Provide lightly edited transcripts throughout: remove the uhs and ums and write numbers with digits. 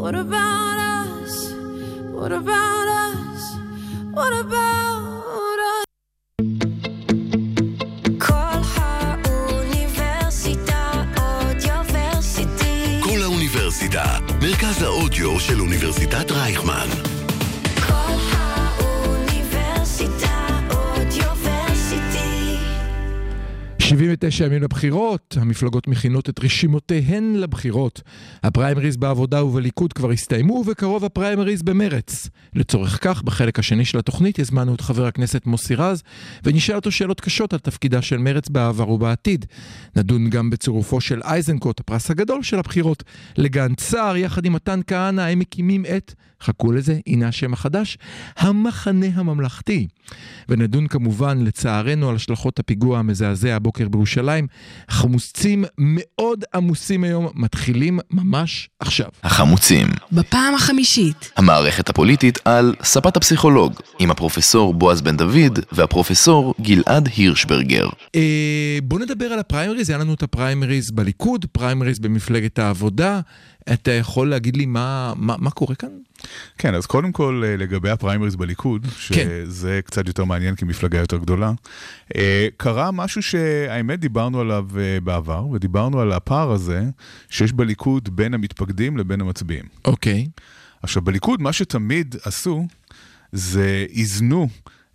What about us? What about us? What about us? כל האוניברסיטה אודיוורסיטי. כל האוניברסיטה, מרכז האודיו של אוניברסיטת רייכמן. 79 ימים לבחירות, המפלגות מכינות את רשימותיהן לבחירות. הפריימריז בעבודה ובליכוד כבר הסתיימו, וקרוב הפריימריז במרץ. לצורך כך, בחלק השני של התוכנית, הזמנו את חבר הכנסת מוסי רז, ונשאל אותו שאלות קשות על תפקידה של מרץ בעבר ובעתיד. נדון גם בצירופו של אייזנקוט, הפרס הגדול של הבחירות, לגן צער, יחד עם מתן כהנא, הם מקימים את, חכו לזה, הנה השם החדש, המחנה הממלכתי. ונדון כמובן לצערנו על השלכות הפיגוע המזעזע הבוקר בירושלים. חמוצים מאוד עמוסים היום, מתחילים ממש עכשיו. החמוצים. בפעם החמישית. המערכת הפוליטית על ספת הפסיכולוג, עם הפרופסור בועז בן דוד והפרופסור גלעד הירשברגר. בוא נדבר על הפריימריז. היה לנו את הפריימריז בליכוד, פריימריז במפלגת העבודה. אתה יכול להגיד לי מה קורה כאן? כן, אז קודם כל לגבי הפריימריז בליכוד, שזה קצת יותר מעניין כמפלגה יותר גדולה, קרה משהו שהאמת דיברנו עליו בעבר, ודיברנו על הפער הזה שיש בליכוד בין המתפקדים לבין המצביעים. אוקיי. עכשיו, בליכוד מה שתמיד עשו, זה איזנו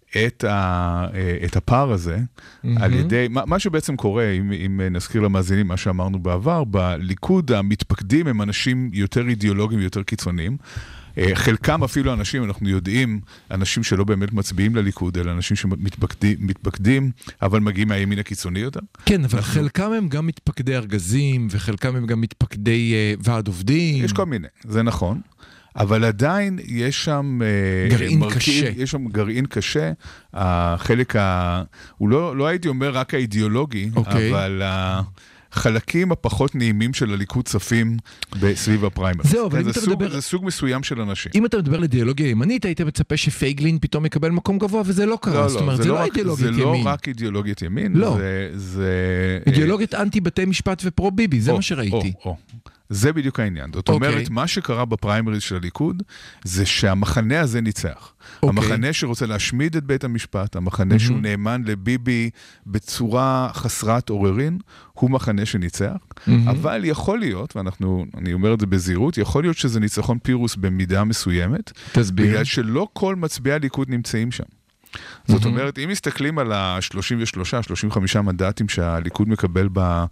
את הפער הזה, על ידי, מה שבעצם קורה, אם נזכיר למאזינים מה שאמרנו בעבר, בליכוד המתפקדים הם אנשים יותר אידיאולוגיים, יותר קיצוניים, חלקם אפילו אנשים, אנחנו יודעים, אנשים שלא באמת מצביעים לליכוד, אלא אנשים שמתפקדים, אבל מגיעים מהימין הקיצוני יותר. כן, אבל חלקם הם גם מתפקדי ארגזים, וחלקם הם גם מתפקדי ועד עובדים. יש כל מיני, זה נכון. אבל עדיין יש שם גרעין קשה. יש שם גרעין קשה. החלק הוא לא הייתי אומר רק האידיאולוגי, אבל החלקים הפחות נעימים של הליכוד צפים בסביב הפריימריז. זהו, אבל זה סוג מסוים של אנשים. אם אתה מדבר לאידיאולוגיה ימנית, היית מצפה שפייגלין פתאום יקבל מקום גבוה, וזה לא קרה. זאת אומרת, זה לא אידיאולוגיית ימין. זה לא רק אידיאולוגיית ימין. לא. אידיאולוגיית אנטי בתי משפט ופרו ביבי, זה מה שראיתי. זה בדיוק העניין. זאת אומרת, מה שקרה בפריימריז של הליכוד, זה שהמחנה הזה ניצח. המחנה שרוצה להשמיד את בית המשפט, המחנה שהוא נאמן לביבי בצורה חסרת עוררין, הוא מחנה שניצח. אבל יכול להיות, ואני אומר את זה בזהירות, יכול להיות שזה ניצחון פירוס במידה מסוימת, בגלל שלא כל מצביעי הליכוד נמצאים שם. זאת אומרת, אם מסתכלים על ה-33-35 מנדטים שהליכוד מקבל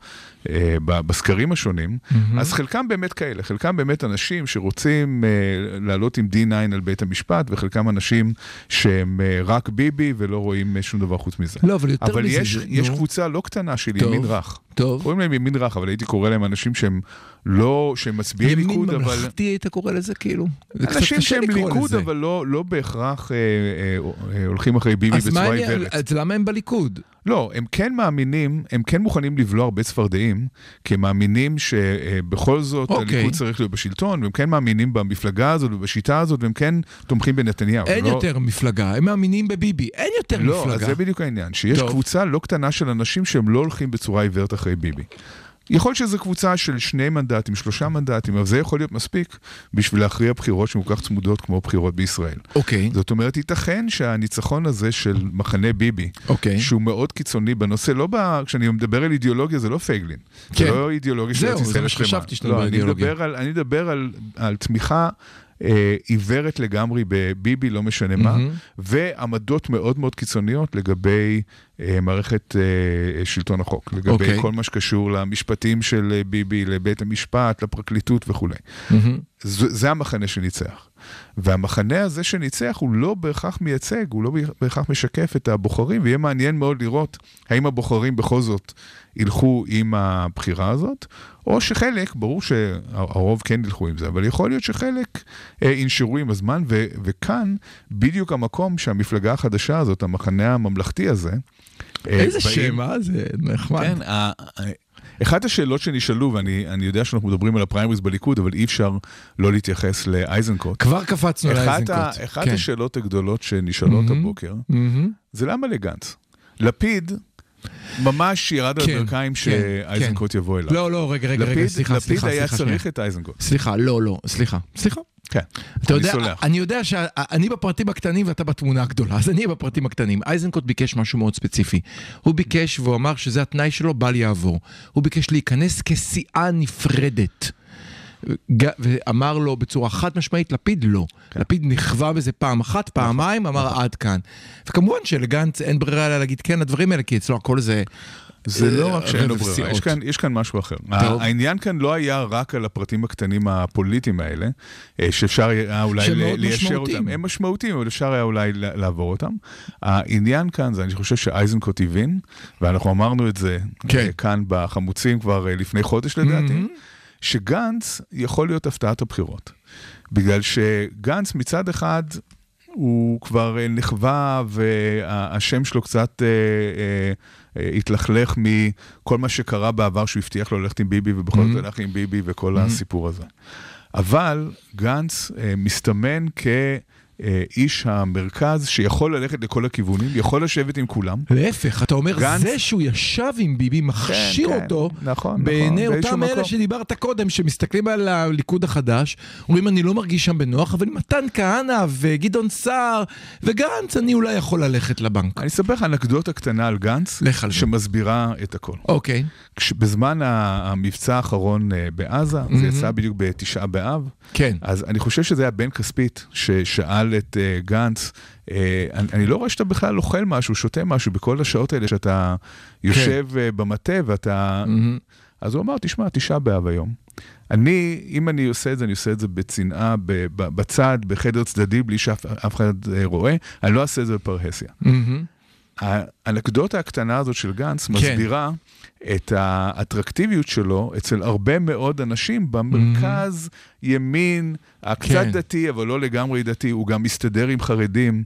בסקרים השונים, אז חלקם באמת כאלה, חלקם באמת אנשים שרוצים לעלות עם D9 על בית המשפט, וחלקם אנשים שהם רק ביבי ולא רואים שום דבר חוץ מזה. לא, אבל יותר אבל יש קבוצה לא קטנה של ימין רך. קוראים להם ימין רך, אבל הייתי קורא להם אנשים שהם לא, שהם מצביעי ליכוד, אבל... ימין ממלכתי היית קורא לזה כאילו? אנשים שהם ליכוד, אבל לא בהכרח הולכים אחרי ביבי בצורה עיוורת. אז למה הם בליכוד? לא, הם כן מאמינים, הם כן מוכנים לבלוע הרבה צפרדעים, כי הם מאמינים שבכל זאת הליכוד צריך להיות בשלטון, והם כן מאמינים במפלגה הזאת ובשיטה הזאת, והם כן תומכים בנתניהו. אין יותר מפלגה, הם מאמינים בביבי, אין יותר מפלגה. לא, אז זה בדיוק העניין, שיש קבוצה לא קטנה של אנשים שהם לא הולכים בצורה עיוורת אחרי ביבי. יכול להיות שזו קבוצה של 2 מנדטים, 3 מנדטים, אבל זה יכול להיות מספיק בשביל להכריע בחירות שמכל כך צמודות כמו בחירות בישראל. אוקיי. זאת אומרת, ייתכן שהניצחון הזה של מחנה ביבי, שהוא מאוד קיצוני בנושא, כשאני מדבר על אידיאולוגיה, זה לא פייגלין. זה לא אידיאולוגיה של ישראל. זהו, זה מה שחשבתי שאתה מדבר על אידיאולוגיה. אני מדבר על תמיכה עיוורת לגמרי בביבי, לא משנה מה, ועמדות מאוד מאוד קיצוניות לגבי מערכת שלטון החוק, לגבי כל מה שקשור למשפטים של ביבי, לבית המשפט, לפרקליטות וכו'. זה המחנה שניצח. והמחנה הזה שניצח הוא לא בהכרח מייצג, הוא לא בהכרח משקף את הבוחרים, ויהיה מעניין מאוד לראות האם הבוחרים בכל זאת ילכו עם הבחירה הזאת, או שחלק, ברור שהרוב כן ילכו עם זה, אבל יכול להיות שחלק ינשרו עם הזמן, וכאן בדיוק המקום שהמפלגה החדשה הזאת, המחנה הממלכתי הזה, איזה שם, זה נחמד. כן, אחת השאלות שנשאלו, ואני יודע שאנחנו מדברים על הפריימריז בליכוד, אבל אי אפשר לא להתייחס לאייזנקוט. כבר קפצנו לאייזנקוט. אחת השאלות הגדולות שנשאלות הבוקר, זה למה לגנץ? לפיד ממש ירד על הברכיים שאייזנקוט יבוא אליו. לא, רגע, סליחה. לפיד היה צריך את אייזנקוט. סליחה. כן, אני סולח. אני יודע שאני בפרטים הקטנים ואתה בתמונה הגדולה, אז אני בפרטים הקטנים. אייזנקוט ביקש משהו מאוד ספציפי. הוא ביקש והוא אמר שזה התנאי שלו, בל יעבור. הוא ביקש להיכנס כסיעה נפרדת. ואמר לו בצורה חד משמעית, לפיד לא. לפיד נכווה בזה פעם אחת, פעמיים, אמר עד כאן. וכמובן שלגנץ אין ברירה אלא להגיד כן לדברים האלה, כי אצלו הכל זה... זה לא רק שאין לו ברירה, יש כאן משהו אחר. העניין כאן לא היה רק על הפרטים הקטנים הפוליטיים האלה, שאפשר היה אולי ליישר אותם. הם משמעותיים, אבל אפשר היה אולי לעבור אותם. העניין כאן זה, אני חושב שאייזנקוט הבין, ואנחנו אמרנו את זה כאן בחמוצים כבר לפני חודש לדעתי, שגנץ יכול להיות הפתעת הבחירות. בגלל שגנץ מצד אחד הוא כבר נחווה והשם שלו קצת התלכלך מכל מה שקרה בעבר שהוא הבטיח לו ללכת עם ביבי ובכל זאת הלך עם ביבי וכל הסיפור הזה. אבל גנץ מסתמן איש המרכז שיכול ללכת לכל הכיוונים, יכול לשבת עם כולם. להפך, אתה אומר, זה שהוא ישב עם ביבי מכשיר אותו, בעיני אותם אלה שדיברת קודם, שמסתכלים על הליכוד החדש, אומרים, אני לא מרגיש שם בנוח, אבל מתן כהנא וגדעון סער וגנץ, אני אולי יכול ללכת לבנק. אני אספר לך אנקדוטה קטנה על גנץ, שמסבירה את הכל. אוקיי. בזמן המבצע האחרון בעזה, זה יצא בדיוק ב9 באב, אז אני חושב שזה היה בן כספית, ששאל את גנץ, אני לא רואה שאתה בכלל אוכל משהו, שותה משהו, בכל השעות האלה שאתה יושב במטה, ואתה... אז הוא אמר, תשמע, 9 באב היום. אם אני עושה את זה, אני עושה את זה בצנעה, בצד, בחדר צדדי, בלי שאף אחד רואה, אני לא אעשה את זה בפרהסיה. האנקדוטה הקטנה הזאת של גנץ מסבירה את האטרקטיביות שלו אצל הרבה מאוד אנשים במרכז ימין, הקצת דתי, אבל לא לגמרי דתי, הוא גם מסתדר עם חרדים.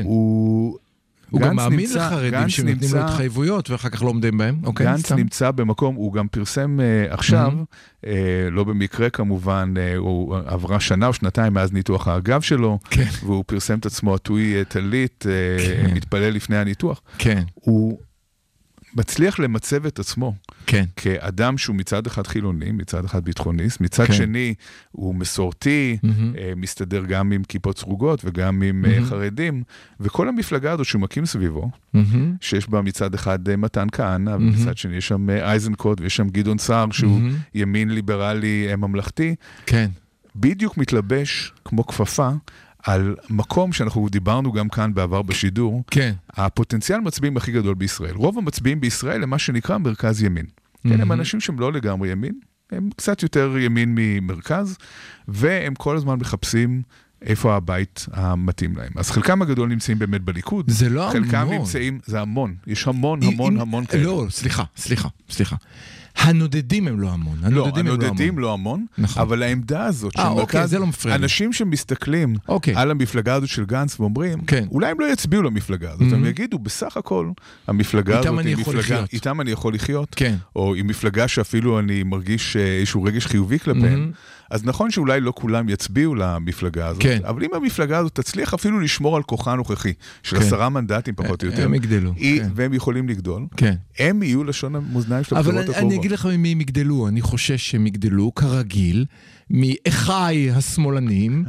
הוא גם מאמין לחרדים שנותנים לו התחייבויות ואחר כך לא עומדים בהם. גנץ נמצא במקום, הוא גם פרסם עכשיו, לא במקרה כמובן, הוא עברה שנה או שנתיים מאז ניתוח האגב שלו, והוא פרסם את עצמו עטוי טלית, מתפלל לפני הניתוח. הוא מצליח למצב את עצמו כאדם שהוא מצד אחד חילוני, מצד אחד ביטחוניסט, מצד שני הוא מסורתי, מסתדר גם עם כיפות סרוגות וגם עם חרדים, וכל המפלגה הזאת שהוא מקים סביבו, שיש בה מצד אחד מתן כהנא, ומצד שני יש שם אייזנקוט ויש שם גדעון סער שהוא ימין ליברלי ממלכתי, בדיוק מתלבש כמו כפפה על מקום שאנחנו דיברנו גם כאן בעבר בשידור, הפוטנציאל מצביעים הכי גדול בישראל. רוב המצביעים בישראל הם מה שנקרא מרכז ימין. הם אנשים שהם לא לגמרי ימין, הם קצת יותר ימין ממרכז, והם כל הזמן מחפשים איפה הבית המתאים להם. אז חלקם הגדול נמצאים באמת בליכוד. זה לא המון. חלקם נמצאים, זה המון. יש המון כאלה. לא, סליחה. הנודדים הם לא המון. הנודדים לא המון, אבל העמדה הזאת של מרכז, אנשים שמסתכלים על המפלגה הזאת של גנץ ואומרים, אולי הם לא יצביעו למפלגה הזאת, הם יגידו, בסך הכל, המפלגה הזאת היא מפלגה, איתם אני יכול לחיות, או היא מפלגה שאפילו אני מרגיש איזשהו רגש חיובי כלפיהם, אז נכון שאולי לא כולם יצביעו למפלגה הזאת, אבל אם המפלגה הזאת תצליח אפילו לשמור על כוחה הנוכחי, של 10 מנדטים פחות או יותר, הם יגדלו. והם יכולים לגדול, הם יהיו לשון המאזניים של הבחירות הקרובות. אבל אני אגיד לך ממי הם יגדלו, אני חושש שהם יגדלו כרגיל, מאחיי השמאלנים,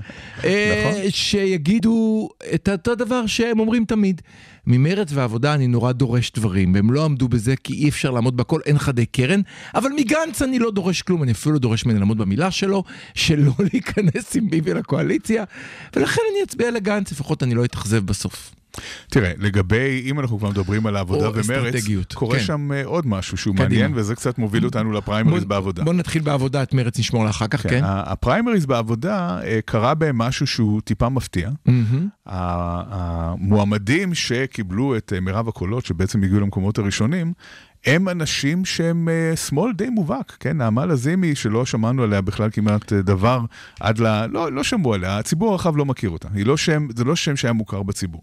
שיגידו את אותו דבר שהם אומרים תמיד. ממרץ ועבודה אני נורא דורש דברים, והם לא עמדו בזה כי אי אפשר לעמוד בכל, אין חדי קרן, אבל מגנץ אני לא דורש כלום, אני אפילו לא דורש ממני לעמוד במילה שלו, שלא להיכנס עם ביבי לקואליציה, ולכן אני אצביע לגנץ, לפחות אני לא אתאכזב בסוף. תראה, לגבי, אם אנחנו כבר מדברים על העבודה ומרץ, קורה שם עוד משהו שהוא מעניין, וזה קצת מוביל אותנו לפריימריז בעבודה. בוא נתחיל בעבודה, את מרץ נשמור לאחר כך, כן? הפריימריז בעבודה קרה בהם משהו שהוא טיפה מפתיע. המועמדים שקיבלו את מרב הקולות, שבעצם הגיעו למקומות הראשונים, הם אנשים שהם שמאל די מובהק, כן? נעמה לזימי, שלא שמענו עליה בכלל כמעט דבר, לא שמעו עליה, הציבור הרחב לא מכיר אותה. זה לא שם שהיה מוכר בציבור.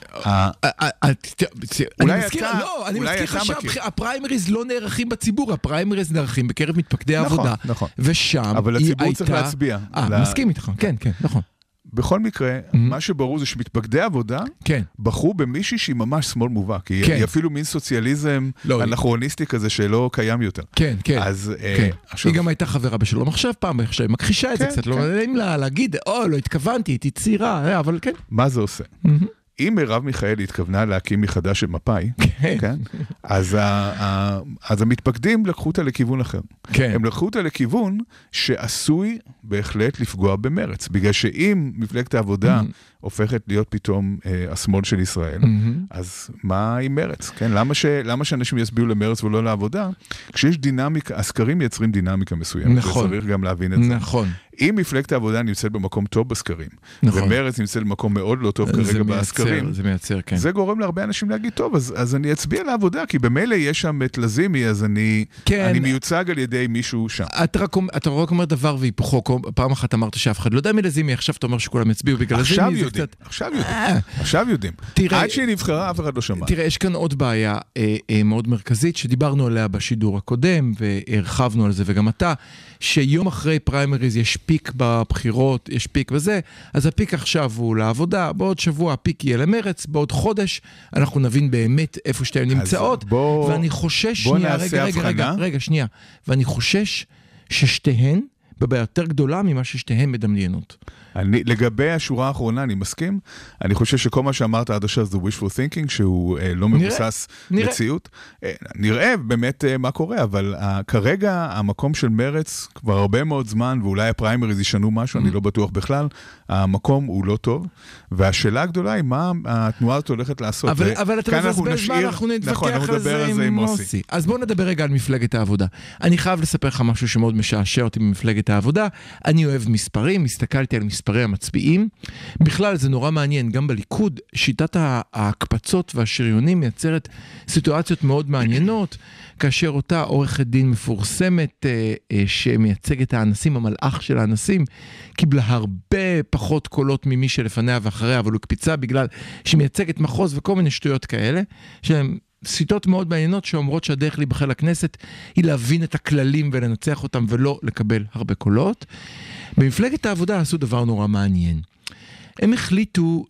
אני מזכיר לך שהפריימריז לא נערכים בציבור, הפריימריז נערכים בקרב מתפקדי העבודה, ושם אבל הציבור צריך להצביע. מסכים איתך, כן, נכון. בכל מקרה, מה שברור זה שמתפקדי עבודה בחרו במישהי שהיא ממש שמאל מובהק. היא אפילו מין סוציאליזם אנכרוניסטי כזה שלא קיים יותר. כן, כן. היא גם הייתה חברה בשלום עכשיו פעם, היא מכחישה את זה קצת, לא נעים לה להגיד, לא התכוונתי, הייתי צעירה, אבל כן. מה זה עושה? אם מרב מיכאלי התכוונה להקים מחדש את מפאי, אז המתפקדים לקחו אותה לכיוון אחר. הם לקחו אותה לכיוון שעשוי בהחלט לפגוע במרץ, בגלל שאם מפלגת העבודה הופכת להיות פתאום השמאל של ישראל, אז מה עם מרץ? למה שאנשים יסביעו למרץ ולא לעבודה? כשיש דינמיקה, הסקרים מייצרים דינמיקה מסוימת, וצריך גם להבין את זה. נכון. אם מפלגת העבודה נמצאת במקום טוב בסקרים, ומרץ נמצאת במקום מאוד לא טוב כרגע בסקרים, זה גורם להרבה אנשים להגיד, טוב, אז אני אצביע לעבודה, כי במילא יש שם את לזימי, אז אני מיוצג על ידי מישהו שם. אתה רק אומר דבר והיפוכו, פעם אחת אמרת שאף אחד לא יודע מי לזימי, עכשיו אתה אומר שכולם יצביעו בגלל לזימי. עכשיו יודעים. עד שהיא נבחרה, אף אחד לא שמע. תראה, יש כאן עוד בעיה מאוד מרכזית, שדיברנו עליה בשידור הקודם, והרחבנו על זה, וגם אתה, שיום אחרי פריימריז יש פיק בבחירות, יש פיק וזה, אז הפיק עכשיו הוא לעבודה, בעוד שבוע הפיק יהיה למרץ, בעוד חודש אנחנו נבין באמת איפה שתיהן נמצאות, ואני חושש, שנייה, ואני חושש ששתיהן בבעיה יותר גדולה ממה ששתיהן מדמיינות. לגבי השורה האחרונה, אני מסכים. אני חושב שכל מה שאמרת עד עכשיו זה wishful thinking, שהוא לא מבוסס מציאות. נראה באמת מה קורה, אבל כרגע המקום של מרץ כבר הרבה מאוד זמן, ואולי הפריימריז ישנו משהו, אני לא בטוח בכלל, המקום הוא לא טוב, והשאלה הגדולה היא מה התנועה הזאת הולכת לעשות. אבל אתה מבזבז מה, אנחנו נתווכח על זה עם מוסי. אז בואו נדבר רגע על מפלגת העבודה. אני חייב לספר לך משהו שמאוד משעשע אותי במפלגת העבודה. אני אוהב מספרים, הסתכלתי על מספרי המצביעים. בכלל זה נורא מעניין, גם בליכוד, שיטת ההקפצות והשריונים מייצרת סיטואציות מאוד מעניינות, כאשר אותה עורכת דין מפורסמת שמייצגת את האנסים, המלאך של האנסים, קיבלה הרבה פחות קולות ממי שלפניה ואחריה, אבל הוא הקפיצה בגלל שמייצגת מחוז וכל מיני שטויות כאלה, שהן סיטות מאוד מעניינות שאומרות שהדרך להיבחר לכנסת היא להבין את הכללים ולנצח אותם ולא לקבל הרבה קולות. במפלגת העבודה עשו דבר נורא מעניין. הם החליטו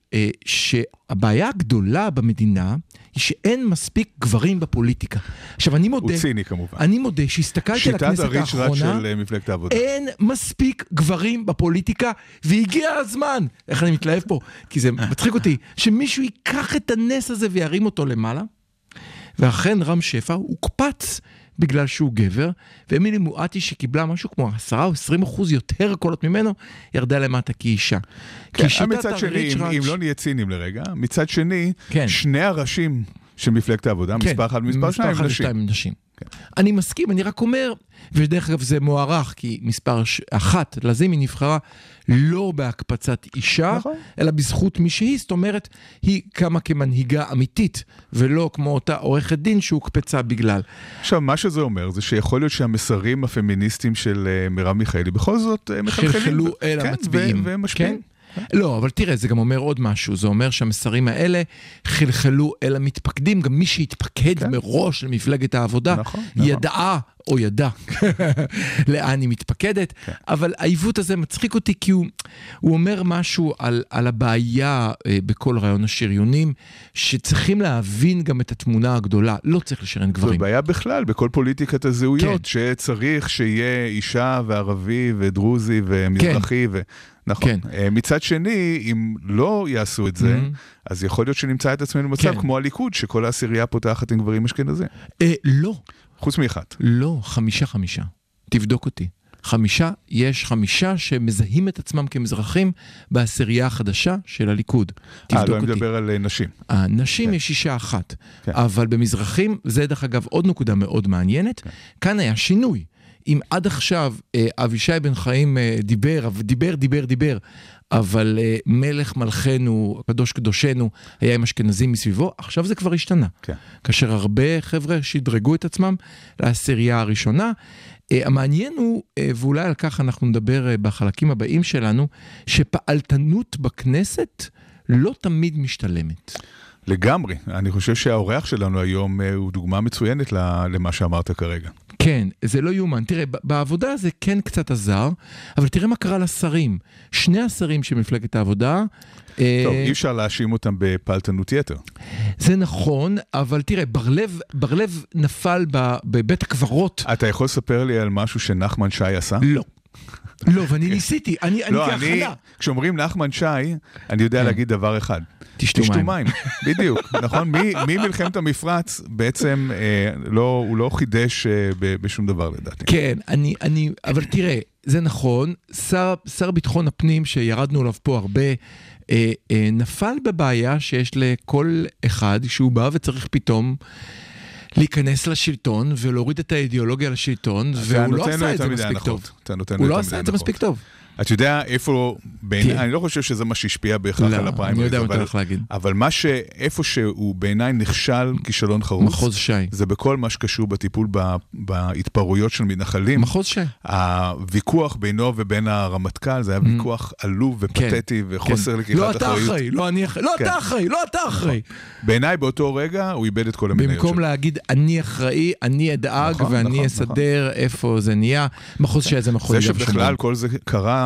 שהבעיה הגדולה במדינה היא שאין מספיק גברים בפוליטיקה. עכשיו אני מודה, הוא ציני כמובן. אני מודה שהסתכלתי על הכנסת האחרונה, של מפלגת העבודה. אין מספיק גברים בפוליטיקה, והגיע הזמן, איך אני מתלהב פה, כי זה מצחיק אותי, שמישהו ייקח את הנס הזה וירים אותו למעלה, ואכן רם שפע הוא קפץ בגלל שהוא גבר, ואמילי מואטי שקיבלה משהו כמו 10 או 20% יותר קולות ממנו, ירדה למטה כאישה. כן, מצד שני, אם לא נהיה צינים לרגע, מצד שני, שני הראשים של מפלגת העבודה, מספר 1 ומספר 2 נשים. אני מסכים, אני רק אומר, ודרך אגב זה מוערך, כי מספר 1, לזימי נבחרה לא בהקפצת אישה, אלא בזכות מי שהיא, זאת אומרת, היא קמה כמנהיגה אמיתית, ולא כמו אותה עורכת דין שהוקפצה בגלל. עכשיו, מה שזה אומר, זה שיכול להיות שהמסרים הפמיניסטיים של מרב מיכאלי, בכל זאת חלחלו אל המצביעים. ומשפיעים. לא, אבל תראה, זה גם אומר עוד משהו, זה אומר שהמסרים האלה חלחלו אל המתפקדים, גם מי שהתפקד מראש למפלגת העבודה, ידעה או ידע לאן היא מתפקדת, אבל העיוות הזה מצחיק אותי, כי הוא אומר משהו על הבעיה בכל רעיון השריונים, שצריכים להבין גם את התמונה הגדולה, לא צריך לשרן גברים. זו בעיה בכלל, בכל פוליטיקת הזהויות, שצריך שיהיה אישה וערבי ודרוזי ומזרחי נכון. מצד שני, אם לא יעשו את זה, אז יכול להיות שנמצא את עצמנו במצב כמו הליכוד, שכל העשירייה פותחת עם גברים אשכנזים. לא. חוץ מאחת. לא, 5. תבדוק אותי. 5, יש 5 שמזהים את עצמם כמזרחים בעשירייה החדשה של הליכוד. תבדוק אותי. לא, אני מדבר על נשים. נשים יש 6-1. אבל במזרחים, זה דרך אגב עוד נקודה מאוד מעניינת, כאן היה שינוי. אם עד עכשיו אבישי בן חיים דיבר, אבל מלך מלכנו, קדוש קדושנו, היה עם אשכנזים מסביבו, עכשיו זה כבר השתנה. כאשר הרבה חבר'ה שדרגו את עצמם לעשירייה הראשונה, המעניין הוא, ואולי על כך אנחנו נדבר בחלקים הבאים שלנו, שפעלתנות בכנסת לא תמיד משתלמת. לגמרי. אני חושב שהאורח שלנו היום הוא דוגמה מצוינת למה שאמרת כרגע. כן, זה לא יומן. תראה, בעבודה זה כן קצת עזר, אבל תראה מה קרה לשרים. שני השרים של מפלגת העבודה... טוב, אי אפשר להאשים אותם בפלטנות יתר. זה נכון, אבל תראה, ברלב נפל בבית הקברות. אתה יכול לספר לי על משהו שנחמן שי עשה? לא. לא, ואני ניסיתי, אני כהכנה. כשאומרים נחמן שי, אני יודע להגיד דבר אחד. תשתו מים. בדיוק, נכון? ממלחמת המפרץ בעצם הוא לא חידש בשום דבר לדעתי. כן, אבל תראה, זה נכון, שר ביטחון הפנים שירדנו עליו פה הרבה, נפל בבעיה שיש לכל אחד שהוא בא וצריך פתאום להיכנס לשלטון ולהוריד את האידיאולוגיה לשלטון, והוא לא עשה את זה מספיק טוב. הוא לא עשה את זה מספיק טוב. אתה יודע איפה, אני לא חושב שזה מה שהשפיע בהכרח על הפריימריז, אבל איפה שהוא בעיניי נכשל כישלון חרוץ, מחוז שי. זה בכל מה שקשור בטיפול בהתפרעויות של מתנחלים. מחוז שי. הוויכוח בינו ובין הרמטכ"ל, זה היה ויכוח עלוב ופתטי וחוסר לקיחת אחריות. לא אתה אחראי, לא אני אחראי, לא אתה אחראי, לא אתה אחראי. בעיניי באותו רגע הוא איבד את כל המניות שלו. במקום להגיד אני אחראי, אני אדאג ואני אסדר איפה זה נהיה, מחוז שי זה מחוז. זה שבכלל כל זה קרה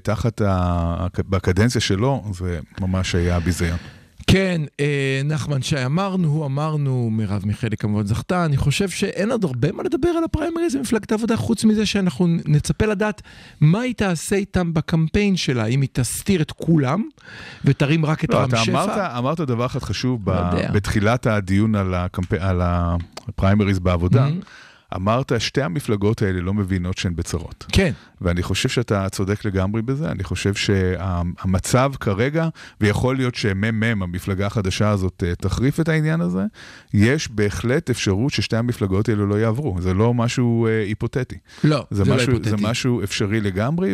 בקדנציה שלו, זה ממש היה ביזיון. כן, נחמן שי אמרנו, מרב מיכאלי כמובן זכתה, אני חושב שאין עוד הרבה מה לדבר על הפריימריז במפלגת העבודה, חוץ מזה שאנחנו נצפה לדעת מה היא תעשה איתם בקמפיין שלה, אם היא תסתיר את כולם, ותרים רק את רם שפע. אתה אמרת דבר אחד חשוב בתחילת הדיון על הפריימריז בעבודה, אמרת, שתי המפלגות האלה לא מבינות שהן בצרות. כן. ואני חושב שאתה צודק לגמרי בזה, אני חושב שהמצב כרגע, ויכול להיות שממם, המפלגה החדשה הזאת, תחריף את העניין הזה, יש בהחלט אפשרות ששתי המפלגות האלה לא יעברו. זה לא משהו היפותטי. לא, זה לא היפותטי. זה משהו אפשרי לגמרי,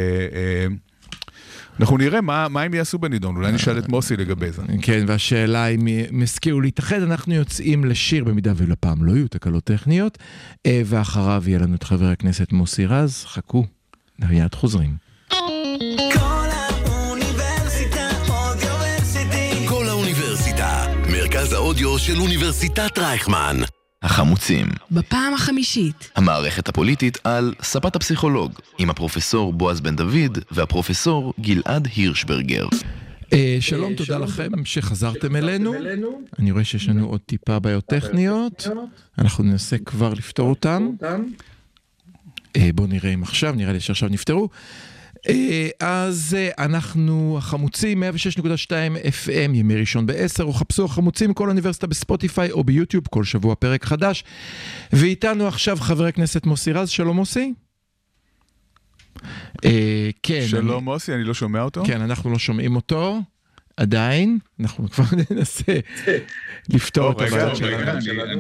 אנחנו נראה מה הם יעשו בנידון, אולי נשאל את מוסי לגבי זה. כן, והשאלה אם מזכירו להתאחד, אנחנו יוצאים לשיר במידה ולפעם לא יהיו תקלות טכניות, ואחריו יהיה לנו את חבר הכנסת מוסי רז, חכו, מיד חוזרים. כל האוניברסיטה, מרכז האודיו של אוניברסיטת רייכמן. החמוצים. בפעם החמישית. המערכת הפוליטית על ספת הפסיכולוג, עם הפרופסור בועז בן דוד והפרופסור גלעד הירשברגר. שלום, תודה לכם שחזרתם אלינו. אני רואה שיש לנו עוד טיפה בעיות טכניות. אנחנו ננסה כבר לפתור אותם. בואו נראה אם עכשיו, נראה לי שעכשיו נפתרו. אז אנחנו החמוצים 106.2 FM ימי ראשון ב-10, או חפשו החמוצים כל אוניברסיטה בספוטיפיי או ביוטיוב, כל שבוע פרק חדש. ואיתנו עכשיו חבר הכנסת מוסי רז. שלום מוסי. כן. שלום מוסי, אני לא שומע אותו. כן, אנחנו לא שומעים אותו עדיין, אנחנו כבר ננסה לפתור את הבעיות שלנו.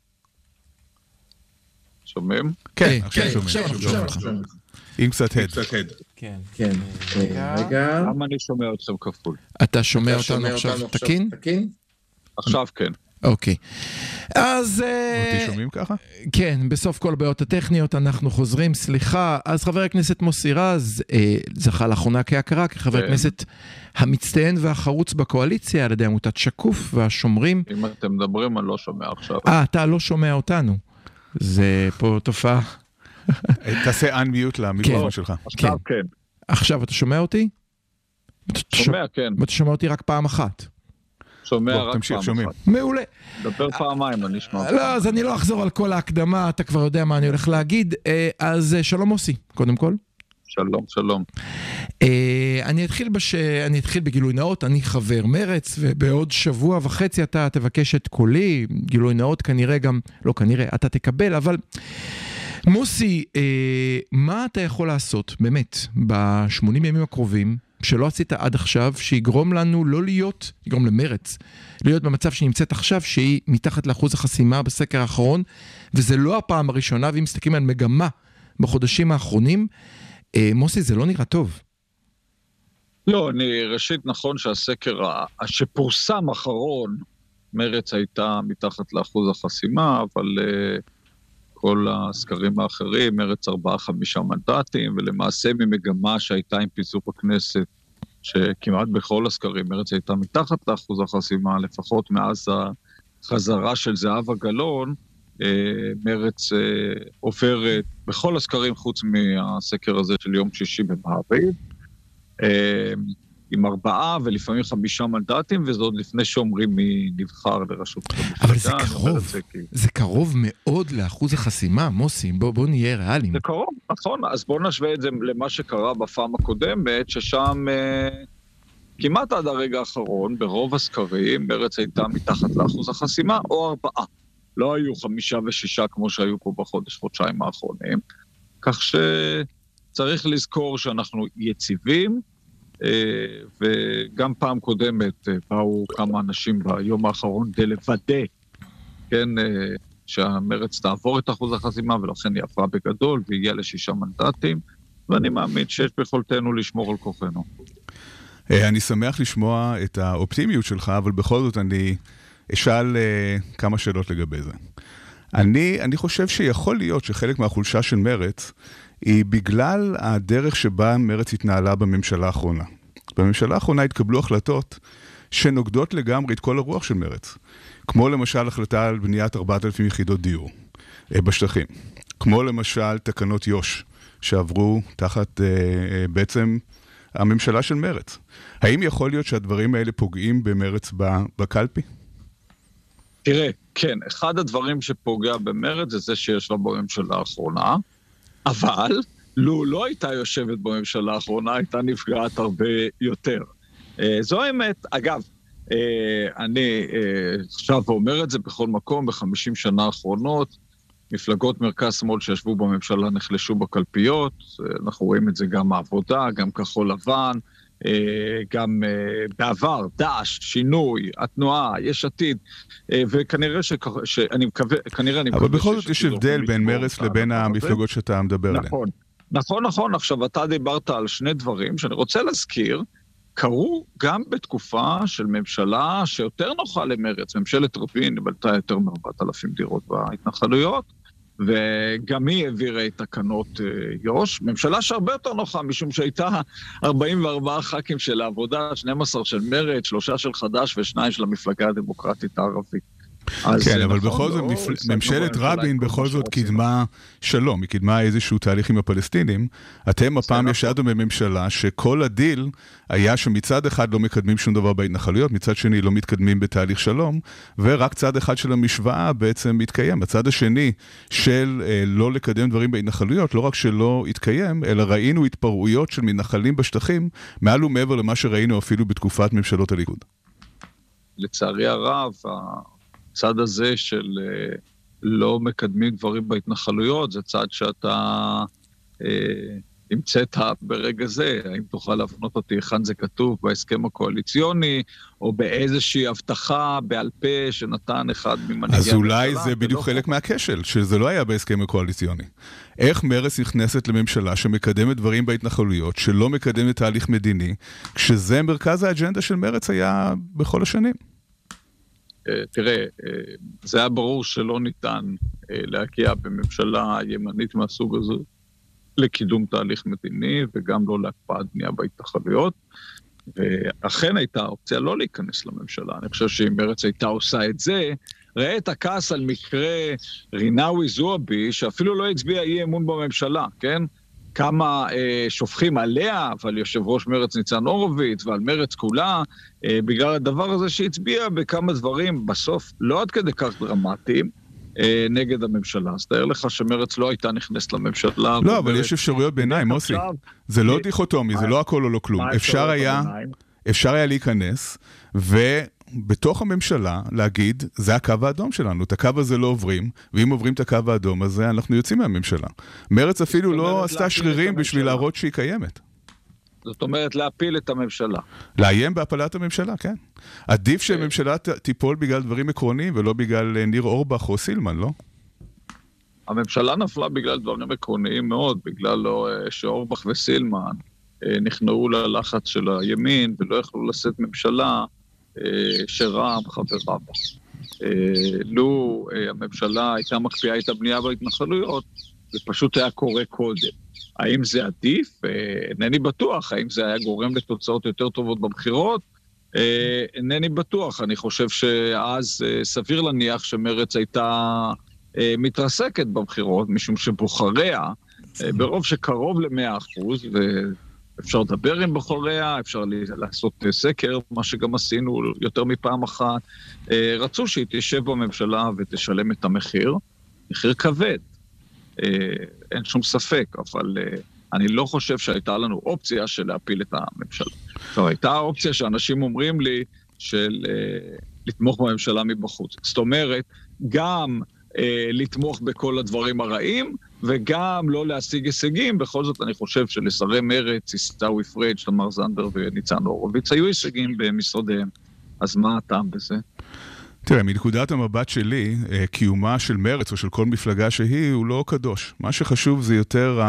שומעים? כן, עכשיו שומעים. עם קצת הד. כן, כן. רגע. למה אני שומע אתכם כפול? אתה שומע אותנו עכשיו תקין? עכשיו כן. אוקיי. אז... אותי שומעים ככה? כן, בסוף כל הבעיות הטכניות אנחנו חוזרים, סליחה. אז חבר הכנסת מוסי רז זכה לאחרונה כהכרה, כחבר הכנסת המצטיין והחרוץ בקואליציה, על ידי עמותת שקוף והשומרים. אם אתם מדברים, אני לא שומע עכשיו. אתה לא שומע אותנו. זה פה תופעה. תעשה unmute למיקרופון שלך. עכשיו כן. עכשיו אתה שומע אותי? שומע, כן. אתה שומע אותי רק פעם אחת. שומע רק פעם אחת. מעולה. דבר פעמיים, אני אשמע. לא, אז אני לא אחזור על כל ההקדמה, אתה כבר יודע מה אני הולך להגיד. אז שלום מוסי, קודם כל. שלום, שלום. אני אתחיל בגילוי נאות, אני חבר מרץ, ובעוד שבוע וחצי אתה תבקש את קולי, גילוי נאות כנראה גם, לא כנראה, אתה תקבל, אבל מוסי, מה אתה יכול לעשות, באמת, ב-80 ימים הקרובים, שלא עשית עד עכשיו, שיגרום לנו לא להיות, יגרום למרץ, להיות במצב שנמצאת עכשיו, שהיא מתחת לאחוז החסימה בסקר האחרון, וזה לא הפעם הראשונה, ואם מסתכלים על מגמה בחודשים האחרונים, מוסי, זה לא נראה טוב. לא, ראשית נכון שהסקר שפורסם אחרון, מרץ הייתה מתחת לאחוז החסימה, אבל כל הסקרים האחרים, מרץ 4-5 מנדטים, ולמעשה ממגמה שהייתה עם פיזור בכנסת, שכמעט בכל הסקרים, מרץ הייתה מתחת לאחוז החסימה, לפחות מאז החזרה של זהבה גלאון, מרץ עוברת בכל הסקרים חוץ מהסקר הזה של יום שישי במעריב, עם 4 ולפעמים 5 מנדטים, וזה עוד לפני שאומרים מי נבחר לראשות המפלגה. אבל זה קרוב, זה קרוב מאוד לאחוז החסימה, מוסי, בוא נהיה ריאליים. זה קרוב, נכון, אז בוא נשווה את זה למה שקרה בפעם הקודמת, ששם כמעט עד הרגע האחרון, ברוב הסקרים, מרץ הייתה מתחת לאחוז החסימה, או 4. לא היו 5 ו6 כמו שהיו פה חודשיים האחרונים, כך שצריך לזכור שאנחנו יציבים, וגם פעם קודמת באו כמה אנשים ביום האחרון כדי לוודא, כן, שהמרץ תעבור את אחוז החסימה, ולכן היא עברה בגדול והגיעה ל6 מנדטים, ואני מאמין שיש ביכולתנו לשמור על כוחנו. אני שמח לשמוע את האופטימיות שלך, אבל בכל זאת אני אשאל כמה שאלות לגבי זה. אני חושב שיכול להיות שחלק מהחולשה של מרץ היא בגלל הדרך שבה מרץ התנהלה בממשלה האחרונה. בממשלה האחרונה התקבלו החלטות שנוגדות לגמרי את כל הרוח של מרץ. כמו למשל החלטה על בניית 4,000 יחידות דיור בשטחים. כמו למשל תקנות יוש שעברו תחת בעצם הממשלה של מרץ. האם יכול להיות שהדברים האלה פוגעים במרץ בקלפי? תראה, כן, אחד הדברים שפוגע במרץ זה שיש לה בממשלה האחרונה, אבל לו לא הייתה יושבת בממשלה האחרונה, הייתה נפגעת הרבה יותר. זו האמת. אגב, אני עכשיו אומר את זה בכל מקום, ב50 שנה האחרונות, מפלגות מרכז שמאל שישבו בממשלה נחלשו בקלפיות, אנחנו רואים את זה גם העבודה, גם כחול לבן, גם בעבר, דאעש, שינוי, התנועה, יש עתיד, וכנראה שאני מקווה... אבל בכל זאת יש הבדל בין מרץ לבין המפלגות שאתה מדבר עליהן. נכון. עכשיו, אתה דיברת על שני דברים שאני רוצה להזכיר, קרו גם בתקופה של ממשלה שיותר נוחה למרץ, ממשלת רבין, בלתה יותר מ-4,000 דירות בהתנחלויות, וגם היא העבירה את תקנות יוש, ממשלה שהרבה יותר נוחה, משום שהייתה 44 ח"כים של העבודה, 12 של מרץ, 3 של חד"ש ו2 של המפלגה הדמוקרטית הערבית. כן, אבל בכל זאת, ממשלת רבין בכל זאת קידמה שלום, היא קידמה איזשהו תהליך עם הפלסטינים. אתם הפעם ישבתם בממשלה שכל הדיל היה שמצד אחד לא מקדמים שום דבר בהתנחלויות, מצד שני לא מתקדמים בתהליך שלום, ורק צד אחד של המשוואה בעצם מתקיים. הצד השני של לא לקדם דברים בהתנחלויות, לא רק שלא התקיים, אלא ראינו התפרעויות של מתנחלים בשטחים, מעל ומעבר למה שראינו אפילו בתקופת ממשלות הליכוד. לצערי הרב, הצד הזה של לא מקדמים דברים בהתנחלויות, זה צד שאתה המצאת ברגע זה. האם תוכל להפנות אותי היכן זה כתוב בהסכם הקואליציוני, או באיזושהי הבטחה בעל פה שנתן אחד ממנהיגי הממשלה? אז אולי זה בדיוק חלק מהכשל, שזה לא היה בהסכם הקואליציוני. איך מרץ נכנסת לממשלה שמקדמת דברים בהתנחלויות, שלא מקדמת תהליך מדיני, כשזה מרכז האג'נדה של מרץ היה בכל השנים? תראה, זה היה ברור שלא ניתן להגיע בממשלה ימנית מהסוג הזה לקידום תהליך מדיני, וגם לא להקפאת בנייה בהתנחלויות, ואכן הייתה אופציה לא להיכנס לממשלה. אני חושב שאם מרץ הייתה עושה את זה, ראה את הכעס על מקרה רינאוי זועבי, שאפילו לא הצביע אי אמון בממשלה, כן? כמה שופכים עליה, ועל יושב ראש מרץ ניצן הורוביץ, ועל מרץ כולה, בגלל הדבר הזה שהצביע בכמה דברים, בסוף לא עד כדי כך דרמטיים, נגד הממשלה. אז תאר לך שמרץ לא הייתה נכנסת לממשלה. לא, אבל יש אפשרויות ביניים, מוסי. זה לא דיכוטומי, זה לא הכל או לא כלום. אפשר היה להיכנס, ובתוך הממשלה להגיד, זה הקו האדום שלנו, את הקו הזה לא עוברים, ואם עוברים את הקו האדום הזה, אנחנו יוצאים מהממשלה. מרץ אפילו לא עשתה שרירים בשביל להראות שהיא קיימת. זאת אומרת, להפיל את הממשלה. לאיים בהפלת הממשלה, כן. עדיף שהממשלה תיפול בגלל דברים עקרוניים, ולא בגלל ניר אורבך או סילמן, לא? הממשלה נפלה בגלל דברים עקרוניים מאוד, בגלל שאורבך וסילמן נכנעו ללחץ של הימין, ולא יכלו לשאת ממשלה שרע"מ חברה בה. לו הממשלה הייתה מקפיאה את הבנייה בהתנחלויות, זה פשוט היה קורה קודם. האם זה עדיף? אינני בטוח. האם זה היה גורם לתוצאות יותר טובות בבחירות? אינני בטוח. אני חושב שאז סביר להניח שמרץ הייתה מתרסקת בבחירות, משום שבוחריה, ברוב שקרוב ל100%, ואפשר לדבר עם בוחריה, אפשר לעשות סקר, מה שגם עשינו יותר מפעם אחת, רצו שהיא תשב בממשלה ותשלם את המחיר, מחיר כבד. אין שום ספק, אבל אני לא חושב שהייתה לנו אופציה של להפיל את הממשלה. הייתה אופציה שאנשים אומרים לי של לתמוך בממשלה מבחוץ. זאת אומרת, גם לתמוך בכל הדברים הרעים, וגם לא להשיג הישגים. בכל זאת אני חושב שלשרי מרץ, עיסאווי פריג', תמר זנדברג וניצן הורוביץ, היו הישגים במשרדיהם. אז מה הטעם בזה? תראה, מנקודת המבט שלי, קיומה של מרץ או של כל מפלגה שהיא, הוא לא קדוש. מה שחשוב זה יותר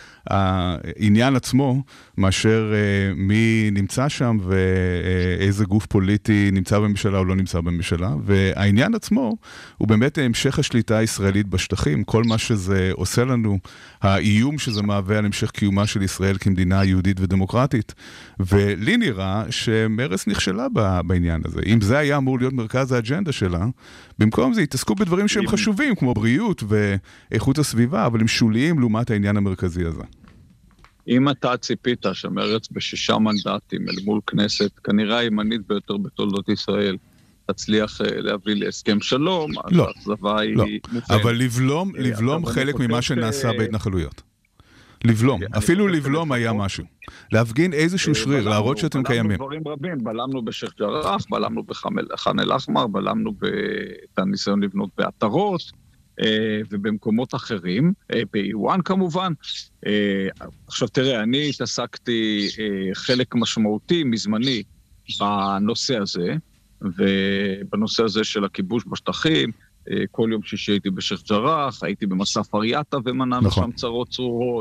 העניין עצמו, מאשר מי נמצא שם ואיזה גוף פוליטי נמצא בממשלה או לא נמצא בממשלה. והעניין עצמו הוא באמת המשך השליטה הישראלית בשטחים. כל מה שזה עושה לנו, האיום שזה מהווה על המשך קיומה של ישראל כמדינה יהודית ודמוקרטית. ולי נראה שמרץ נכשלה בעניין הזה. אם זה היה אמור להיות מרכז האג'נדה שלה, במקום זה התעסקו בדברים שהם חשובים, כמו בריאות ואיכות הסביבה, אבל הם שוליים לעומת העניין המרכזי הזה. אם אתה ציפית שמרץ ב6 מנדטים אל מול כנסת, כנראה הימנית ביותר בתולדות ישראל, תצליח להביא להסכם שלום, אז האכזבה היא מובנת. אבל לבלום חלק ממה שנעשה בהתנחלויות. לבלום, אפילו לבלום היה משהו. להפגין איזשהו שריר, להראות שאתם קיימים. בלמנו דברים רבים, בלמנו בשייח' ג'ראח, בלמנו בח'אן אל-אחמר, בלמנו את הניסיון לבנות בעטרות, ובמקומות אחרים, באיואן כמובן. עכשיו תראה, אני התעסקתי חלק משמעותי מזמני בנושא הזה, ובנושא הזה של הכיבוש בשטחים, כל יום שישי הייתי בשייח' ג'ראח, הייתי במסע פריאטה ומנה ושם צרות צרורות,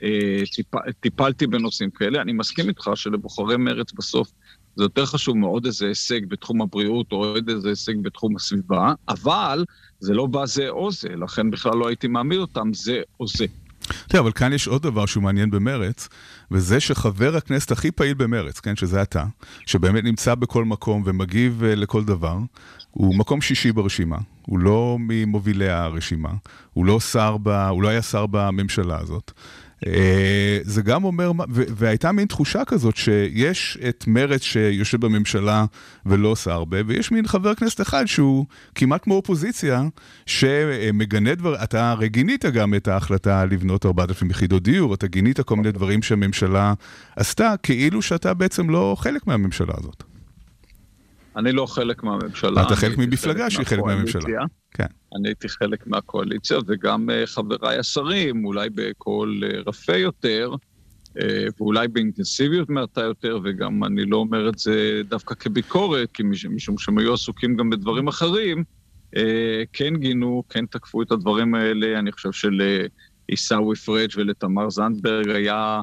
טיפלתי בנושאים כאלה. אני מסכים איתך שלבוחרי מרץ בסוף זה יותר חשוב מאוד איזה הישג בתחום הבריאות או איזה הישג בתחום הסביבה, אבל זה לא בא זה או זה, לכן בכלל לא הייתי מעמיד אותם זה או זה. תראה, אבל כאן יש עוד דבר שהוא מעניין במרץ, וזה שחבר הכנסת הכי פעיל במרץ, כן, שזה אתה, שבאמת נמצא בכל מקום ומגיב לכל דבר, הוא מקום שישי ברשימה, הוא לא ממובילי הרשימה, הוא לא היה שר בממשלה הזאת. זה גם אומר, והייתה מין תחושה כזאת שיש את מרץ שיושב בממשלה ולא עושה הרבה, ויש מין חבר כנסת אחד שהוא כמעט כמו אופוזיציה, שמגנה דבר, אתה הרי גינית גם את ההחלטה לבנות 4,000 יחידות דיור, אתה גינית כל מיני דברים שהממשלה עשתה, כאילו שאתה בעצם לא חלק מהממשלה הזאת. אני לא חלק מהממשלה. אתה חלק ממפלגה שהיא חלק מהממשלה. כן. אני הייתי חלק מהקואליציה, וגם חבריי השרים, אולי בקול רפה יותר, ואולי באינטנסיביות מעטה יותר, וגם אני לא אומר את זה דווקא כביקורת, כי משום שהם היו עסוקים גם בדברים אחרים, כן גינו, כן תקפו את הדברים האלה. אני חושב שלעיסאווי פריג' ולתמר זנדברג היה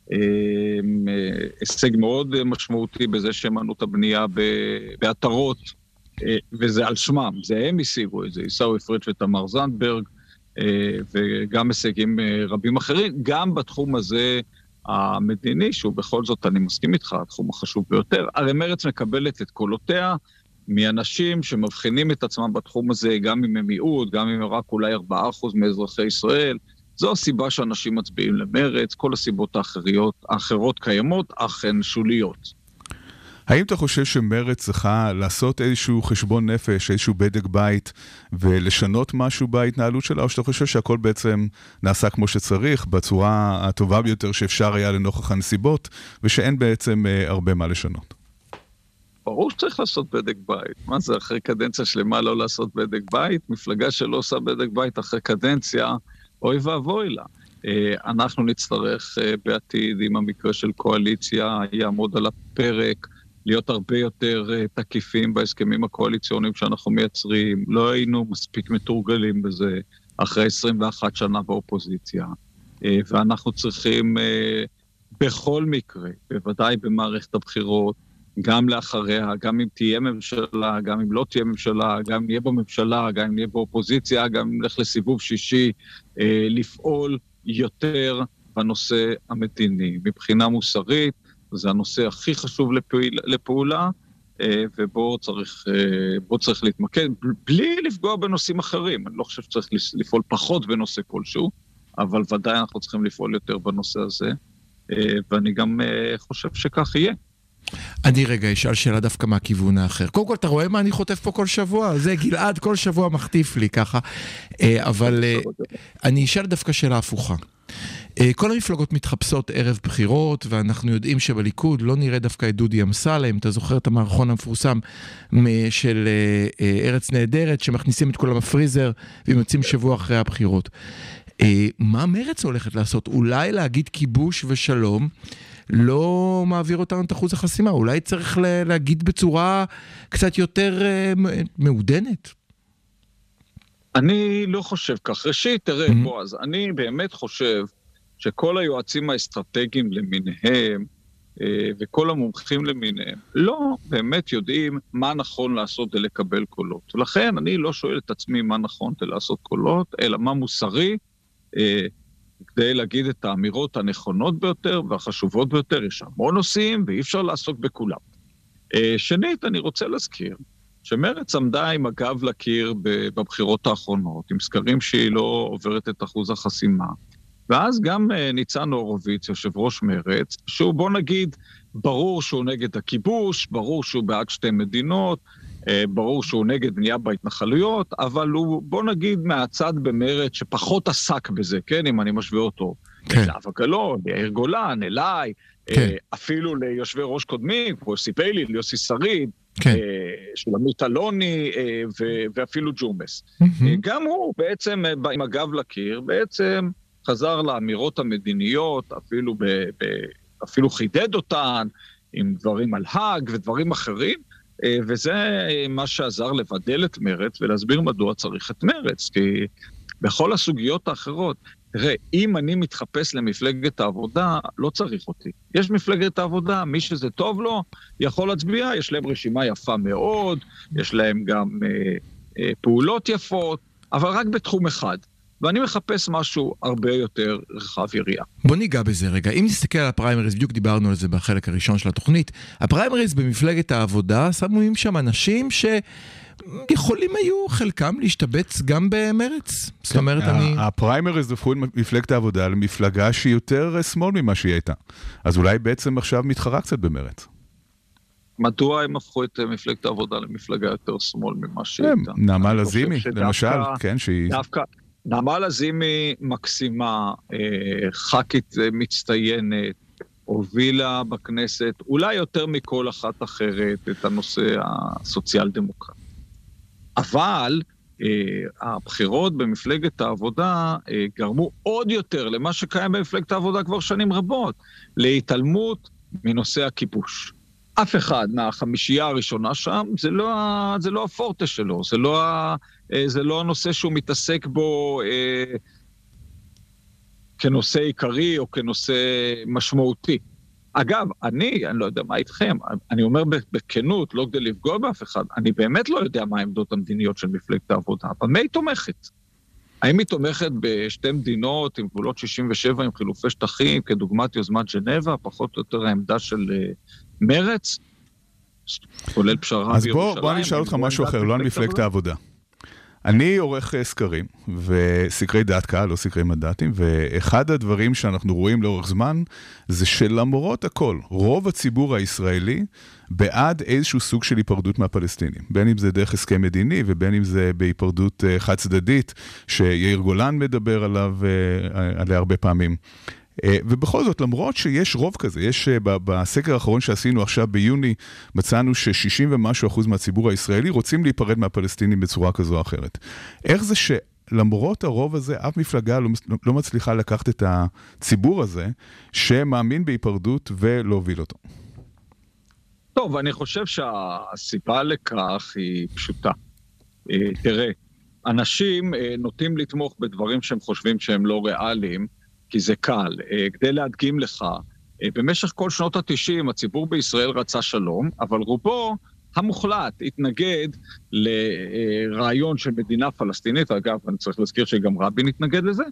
הישג מאוד משמעותי בזה שהם מנעו את הבנייה באתרות, וזה על שמם, זה הם השיגו את זה, עיסאווי פריג' ותמר זנדברג, וגם הישגים רבים אחרים, גם בתחום הזה המדיני, שהוא בכל זאת, אני מסכים איתך, התחום החשוב ביותר. הרי מרץ מקבלת את קולותיה מאנשים שמבחינים את עצמם בתחום הזה, גם אם הם מיעוט, גם אם הם רק אולי 4% מאזרחי ישראל. זו הסיבה שאנשים מצביעים למרץ, כל הסיבות האחרות קיימות, אך הן שוליות. האם אתה חושב שמרץ צריכה לעשות איזשהו חשבון נפש, איזשהו בדק בית, ולשנות משהו בהתנהלות שלה, או שאתה חושב שהכל בעצם נעשה כמו שצריך, בצורה הטובה ביותר שאפשר היה לנוכח הנסיבות, ושאין בעצם הרבה מה לשנות? ברור שצריך לעשות בדק בית. מה זה, אחרי קדנציה שלמה לא לעשות בדק בית? מפלגה שלא עושה בדק בית אחרי קדנציה, אוי ואבוי לה. אנחנו נצטרך בעתיד, עם המקרה של קואליציה, יעמוד על הפרק, להיות הרבה יותר תקיפים בהסכמים הקואליציוניים שאנחנו מייצרים. לא היינו מספיק מתורגלים בזה אחרי 21 שנה באופוזיציה. ואנחנו צריכים בכל מקרה, בוודאי במערכת הבחירות, גם לאחריה, גם אם תהיה ממשלה, גם אם לא תהיה ממשלה, גם אם נהיה בממשלה, גם אם נהיה באופוזיציה, גם אם נלך לסיבוב שישי, לפעול יותר בנושא המדיני. מבחינה מוסרית, זה הנושא הכי חשוב לפעולה, ובו צריך להתמקד, בלי לפגוע בנושאים אחרים. אני לא חושב שצריך לפעול פחות בנושא כלשהו, אבל ודאי אנחנו צריכים לפעול יותר בנושא הזה, ואני גם חושב שכך יהיה. אני רגע אשאל שאלה דווקא מהכיוון האחר. קודם כל, אתה רואה מה אני חוטף פה כל שבוע? זה גלעד כל שבוע מחטיף לי ככה. אבל אני אשאל דווקא שאלה הפוכה. כל המפלגות מתחפשות ערב בחירות, ואנחנו יודעים שבליכוד לא נראה דווקא את דודי אמסלם. אתה זוכר את המערכון המפורסם של ארץ נהדרת, שמכניסים את כולם בפריזר, והם יוצאים שבוע אחרי הבחירות. מה מרץ הולכת לעשות? אולי להגיד כיבוש ושלום, לא מעביר אותנו את אחוז החסימה. אולי צריך להגיד בצורה קצת יותר מעודנת. אני לא חושב כך. ראשית, תראה, בועז, אני באמת חושב שכל היועצים האסטרטגיים למיניהם, וכל המומחים למיניהם, לא באמת יודעים מה נכון לעשות כדי לקבל קולות. ולכן אני לא שואל את עצמי מה נכון כדי לעשות קולות, אלא מה מוסרי, כדי להגיד את האמירות הנכונות ביותר והחשובות ביותר. יש המון נושאים ואי אפשר לעסוק בכולם. שנית, אני רוצה להזכיר שמרץ עמדה עם הגב לקיר בבחירות האחרונות, עם סקרים שהיא לא עוברת את אחוז החסימה. ואז גם ניצן הורוביץ, יושב ראש מרץ, שהוא בוא נגיד, ברור שהוא נגד הכיבוש, ברור שהוא בעד שתי מדינות, ברור שהוא נגד בנייה בהתנחלויות, אבל הוא, בוא נגיד, מהצד במרץ שפחות עסק בזה, כן, אם אני משווה אותו. כן. זהבה גלאון, יאיר גולן, אליי, כן. אפילו ליושבי ראש קודמים, כמו יוסי ביילין, ליוסי שריד, כן. שולמית אלוני, ואפילו ג'ומס. גם הוא בעצם, עם הגב לקיר, בעצם חזר לאמירות המדיניות, אפילו חידד אותן, עם דברים על האג ודברים אחרים, וזה מה שעזר לבדל את מרץ ולהסביר מדוע צריך את מרץ, כי בכל הסוגיות האחרות, תראה, אם אני מתחפש למפלגת העבודה, לא צריך אותי. יש מפלגת העבודה, מי שזה טוב לו, יכול להצביע, יש להם רשימה יפה מאוד, יש להם גם פעולות יפות, אבל רק בתחום אחד. ואני מחפש משהו הרבה יותר רחב יריעה. בוא ניגע בזה רגע. אם נסתכל על הפריימריז, בדיוק דיברנו על זה בחלק הראשון של התוכנית, הפריימריז במפלגת העבודה, שמו שם אנשים שיכולים היו חלקם להשתבץ גם במרץ. זאת אומרת, הפריימריז הפכו את מפלגת העבודה למפלגה שהיא יותר שמאל ממה שהיא הייתה. אז אולי בעצם עכשיו מתחרה קצת במרץ. מדוע הם הפכו את מפלגת העבודה למפלגה יותר שמאל ממה שהיא הייתה? נעמה לזימי, למשל, כן, שהיא... נעמה לזימי מקסימה, ח"כית מצטיינת, הובילה בכנסת, אולי יותר מכל אחת אחרת, את הנושא הסוציאל דמוקרטי. אבל הבחירות במפלגת העבודה גרמו עוד יותר למה שקיים במפלגת העבודה כבר שנים רבות, להתעלמות מנושא הכיבוש. אף אחד מהחמישייה הראשונה שם, זה לא הפורטה שלו, זה לא הנושא שהוא מתעסק בו כנושא עיקרי או כנושא משמעותי. אגב, אני לא יודע מה איתכם, אני אומר בכנות, לא כדי לפגוע באף אחד, אני באמת לא יודע מה העמדות המדיניות של מפלגת העבודה, אבל מה היא תומכת? האם היא תומכת בשתי מדינות עם גבולות 67 עם חילופי שטחים, כדוגמת יוזמת ג'נבה, פחות או יותר העמדה של מרץ, כולל פשרה בירושלים. אז בוא אני אשאל אותך משהו אחר, לא על מפלגת העבודה. אני עורך סקרים, וסקרי דעת קהל, לא סקרי מנדטים, ואחד הדברים שאנחנו רואים לאורך זמן, זה שלמרות הכל, רוב הציבור הישראלי בעד איזשהו סוג של היפרדות מהפלסטינים. בין אם זה דרך הסכם מדיני, ובין אם זה בהיפרדות חד צדדית, שיאיר גולן מדבר עליה הרבה פעמים. ובכל זאת, למרות שיש רוב כזה, יש בסקר האחרון שעשינו עכשיו ביוני, מצאנו ש60% ומשהו מהציבור הישראלי רוצים להיפרד מהפלסטינים בצורה כזו או אחרת. איך זה שלמרות הרוב הזה, אף מפלגה לא מצליחה לקחת את הציבור הזה, שמאמין בהיפרדות ולהוביל אותו? טוב, אני חושב שהסיבה לכך היא פשוטה. תראה, אנשים נוטים לתמוך בדברים שהם חושבים שהם לא ריאליים, כי זה קל. כדי להדגים לך, במשך כל שנות ה-90 הציבור בישראל רצה שלום, אבל רובו המוחלט התנגד לרעיון של מדינה פלסטינית, אגב, אני צריך להזכיר שגם רבין התנגד לזה,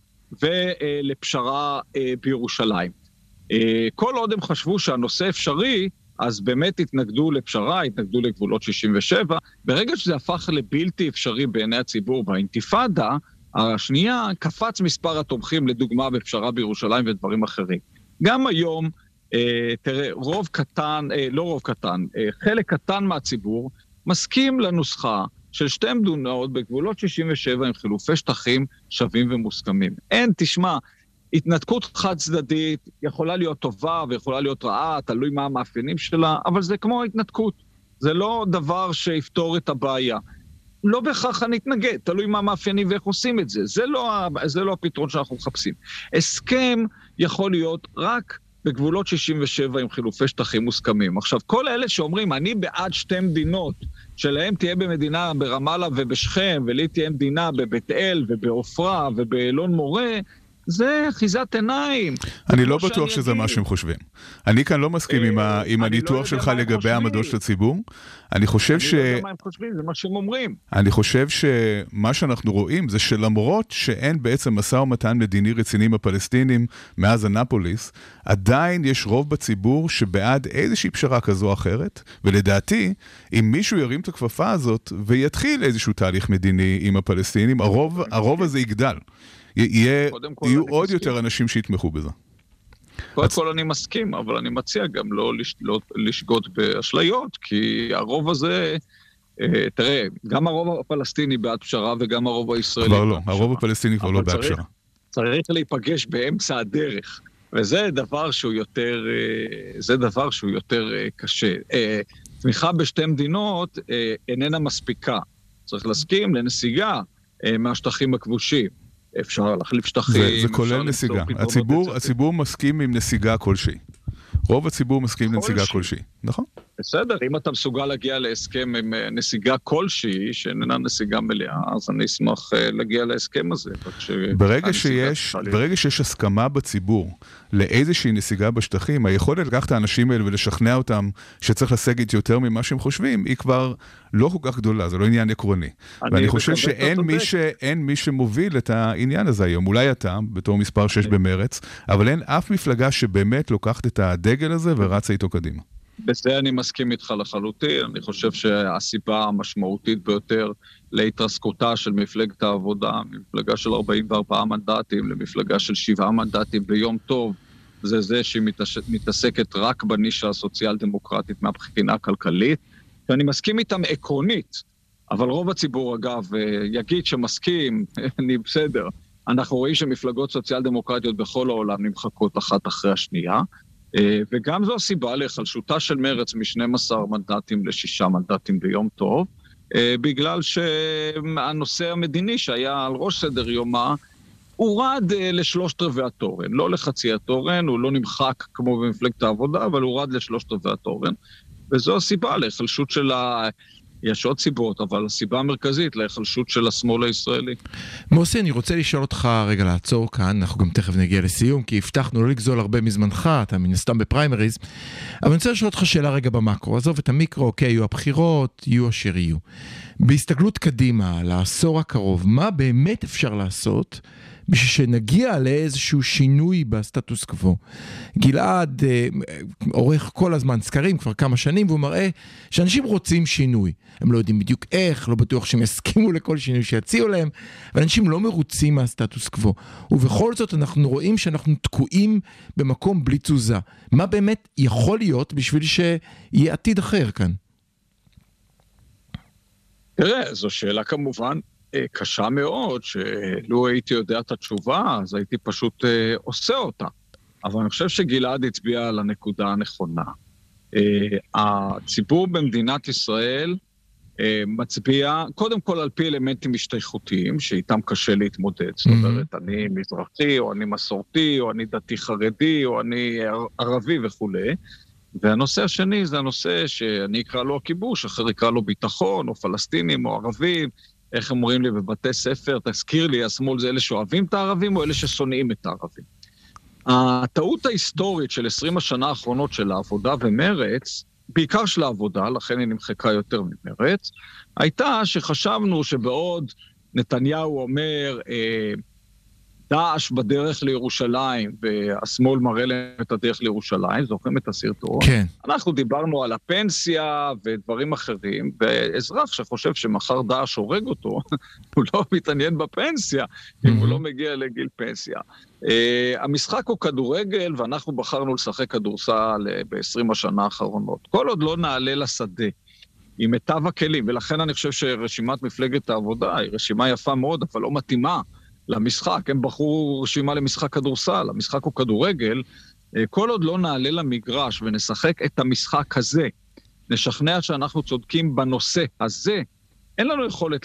ולפשרה בירושלים. כל עוד הם חשבו שהנושא אפשרי, אז באמת התנגדו לפשרה, התנגדו לגבולות 67, ברגע שזה הפך לבלתי אפשרי בעיני הציבור באינתיפאדה, השנייה קפץ מספר התומכים לדוגמה בפשרה בירושלים ודברים אחרים. גם היום, תראה, רוב קטן, לא רוב קטן, חלק קטן מהציבור מסכים לנוסחה של שתי מדינות בגבולות 67 עם חילופי שטחים שווים ומוסכמים. אין, תשמע, התנתקות חד צדדית יכולה להיות טובה ויכולה להיות רעה, תלוי מה המאפיינים שלה, אבל זה כמו התנתקות. זה לא דבר שיפתור את הבעיה. לא בהכרח אני אתנגד, תלוי מה המאפיינים ואיך עושים את זה. זה לא הפתרון שאנחנו מחפשים. הסכם יכול להיות רק בגבולות 67 עם חילופי שטחים מוסכמים. עכשיו, כל אלה שאומרים, אני בעד שתי מדינות, שלהם תהיה במדינה ברמאללה ובשכם, ולי תהיה מדינה בבית אל ובעופרה ובאלון מורה, זה אחיזת עיניים. אני לא בטוח שזה מה שהם חושבים. אני כאן לא מסכים עם הניתוח שלך לגבי העמדות של הציבור. אני חושב אני לא יודע מה הם חושבים, זה מה שהם אומרים. אני חושב שמה שאנחנו רואים זה שלמרות שאין בעצם משא ומתן מדיני רציני עם הפלסטינים מאז אנאפוליס, עדיין יש רוב בציבור שבעד איזושהי פשרה כזו או אחרת, ולדעתי, אם מישהו ירים את הכפפה הזאת ויתחיל איזשהו תהליך מדיני עם הפלסטינים, הרוב הזה יגדל. יהיו עוד יותר אנשים שיתמכו בזה. קודם כל אני מסכים, אבל אני מציע גם לא לשגות באשליות, כי הרוב הזה, תראה, גם הרוב הפלסטיני בעד פשרה וגם הרוב הישראלי כבר לא, הרוב הפלסטיני כבר לא בעד פשרה. צריך להיפגש באמצע הדרך, וזה דבר שהוא יותר קשה. תמיכה בשתי מדינות איננה מספיקה. צריך להסכים לנסיגה מהשטחים הכבושים. אפשר להחליף שטחים. זה כולל נסיגה. הציבור מסכים עם נסיגה כלשהי. רוב הציבור מסכים עם נסיגה כלשהי. נכון? בסדר, אם אתה מסוגל להגיע להסכם עם נסיגה כלשהי, שאיננה נסיגה מלאה, אז אני אשמח להגיע להסכם הזה. ברגע שיש הסכמה בציבור לאיזושהי נסיגה בשטחים, היכולת לקחת את האנשים האלה ולשכנע אותם שצריך לסגת יותר ממה שהם חושבים, היא כבר לא כל כך גדולה, זה לא עניין עקרוני. ואני חושב שאין מי שמוביל את העניין הזה היום. אולי אתה, בתור מספר 6 במרץ, אבל אין אף מפלגה שבאמת לוקחת את הדגל הזה ורצה איתו קדימה. בזה אני מסכים איתך לחלוטין. אני חושב שהסיבה המשמעותית ביותר להתרסקותה של מפלגת העבודה, מפלגה של 44 מנדטים למפלגה של 7 מנדטים ביום טוב, זה שהיא מתעסקת רק בנישה הסוציאל-דמוקרטית מהבחינה הכלכלית, ואני מסכים איתם עקרונית, אבל רוב הציבור אגב יגיד שמסכים, אני בסדר. אנחנו רואים שמפלגות סוציאל-דמוקרטיות בכל העולם נמחקות אחת אחרי השנייה, וגם זו הסיבה להיחלשותה של מרץ מ-12 מנדטים ל6 מנדטים ביום טוב, בגלל שהנושא המדיני שהיה על ראש סדר יומה, הורד ל3/4 התורן, לא לחצי התורן, הוא לא נמחק כמו במפלגת העבודה, אבל הורד ל3/4 התורן, וזו הסיבה להיחלשות של יש עוד סיבות, אבל הסיבה המרכזית להיחלשות של השמאל הישראלי. מוסי, אני רוצה לשאול אותך רגע לעצור כאן, אנחנו גם תכף נגיע לסיום, כי הבטחנו לא לגזול הרבה מזמנך, אתה מן הסתם בפריימריז, אבל אני רוצה לשאול אותך שאלה רגע במקרו, עזוב את המיקרו, אוקיי, יהיו הבחירות, יהיו אשר יהיו. בהסתגלות קדימה, לעשור הקרוב, מה באמת אפשר לעשות בשביל שנגיע לאיזשהו שינוי בסטטוס קוו? גלעד עורך כל הזמן סקרים כבר כמה שנים, והוא מראה שאנשים רוצים שינוי. הם לא יודעים בדיוק איך, לא בטוח שהם יסכימו לכל שינוי שיציעו להם, אבל אנשים לא מרוצים מהסטטוס קוו. ובכל זאת אנחנו רואים שאנחנו תקועים במקום בלי תזוזה. מה באמת יכול להיות בשביל שיהיה עתיד אחר כאן? תראה, זו שאלה כמובן קשה מאוד, שלו הייתי יודע את התשובה, אז הייתי פשוט עושה אותה. אבל אני חושב שגלעד הצביע על הנקודה הנכונה. הציבור במדינת ישראל מצביע, קודם כל על פי אלמנטים השתייכותיים, שאיתם קשה להתמודד. זאת אומרת, אני מזרחי, או אני מסורתי, או אני דתי חרדי, או אני ערבי וכו'. והנושא השני זה הנושא שאני אקרא לו הכיבוש, אחר יקרא לו ביטחון, או פלסטינים, או ערבים. איך אומרים לי בבתי ספר, תזכיר לי, השמאל זה אלה שאוהבים את הערבים, או אלה ששונאים את הערבים. הטעות ההיסטורית של 20 השנה האחרונות של העבודה ומרץ, בעיקר של העבודה, לכן היא נמחקה יותר ממרץ, הייתה שחשבנו שבעוד נתניהו אומר, דאעש בדרך לירושלים, והשמאל מראה להם את הדרך לירושלים, זוכרים את הסרטון. כן. אנחנו דיברנו על הפנסיה ודברים אחרים, ואזרח שחושב שמחר דאעש הורג אותו, הוא לא מתעניין בפנסיה, אם הוא לא מגיע לגיל פנסיה. המשחק הוא כדורגל, ואנחנו בחרנו לשחק כדורסל ב-20 השנה האחרונות. כל עוד לא נעלה לשדה, עם מיטב הכלים, ולכן אני חושב שרשימת מפלגת העבודה היא רשימה יפה מאוד, אבל לא מתאימה למשחק. הם בחרו רשימה למשחק כדורסל, המשחק הוא כדורגל. כל עוד לא נעלה למגרש ונשחק את המשחק הזה, נשכנע שאנחנו צודקים בנושא הזה, אין לנו יכולת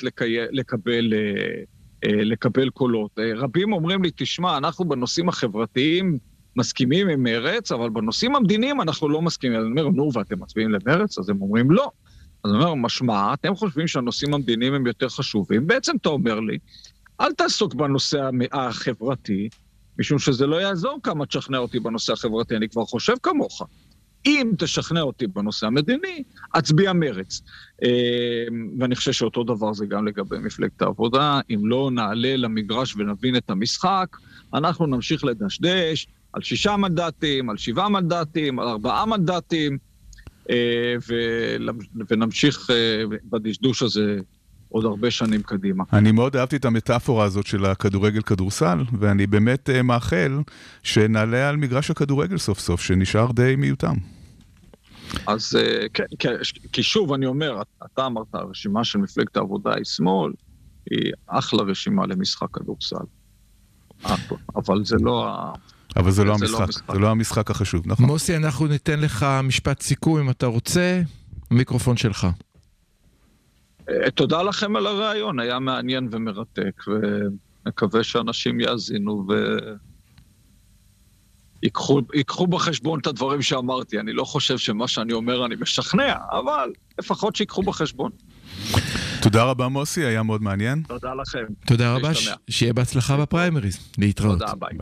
לקבל קולות. רבים אומרים לי, תשמע, אנחנו בנושאים החברתיים מסכימים עם מרץ, אבל בנושאים המדיניים אנחנו לא מסכימים. אני אומר, נו, ואתם מצביעים למרץ? אז הם אומרים, לא. אז אני אומר, משמע, אתם חושבים שהנושאים המדיניים הם יותר חשובים. בעצם אתה אומר לי, אל תעסוק בנושא החברתי, משום שזה לא יעזור כמה תשכנע אותי בנושא החברתי, אני כבר חושב כמוך. אם תשכנע אותי בנושא המדיני, אצביע מרץ. ואני חושב שאותו דבר זה גם לגבי מפלגת העבודה. אם לא נעלה למגרש ונבין את המשחק, אנחנו נמשיך לדשדש על 6 מנדטים, על 7 מנדטים, על 4 מנדטים, ונמשיך בדשדוש הזה עוד הרבה שנים קדימה. אני מאוד אהבתי את המטאפורה הזאת של הכדורגל כדורסל, ואני באמת מאחל שנעלה על מגרש הכדורגל סוף סוף, שנשאר די מיותם. אז כי שוב אני אומר, אתה אמרת, הרשימה של מפלגת העבודה היא שמאל, היא אחלה רשימה למשחק כדורסל. אבל זה לא אבל זה לא המשחק, זה לא המשחק החשוב, נכון? מוסי, אנחנו ניתן לך משפט סיכום אם אתה רוצה, המיקרופון שלך. תודה לכם על הרעיון, היה מעניין ומרתק, ומקווה שאנשים יאזינו ויקחו בחשבון את הדברים שאמרתי. אני לא חושב שמה שאני אומר אני משכנע, אבל לפחות שיקחו בחשבון. תודה רבה מוסי, היה מאוד מעניין. תודה לכם. תודה רבה, שיהיה בהצלחה בפריימריז. להתראות. תודה, ביי.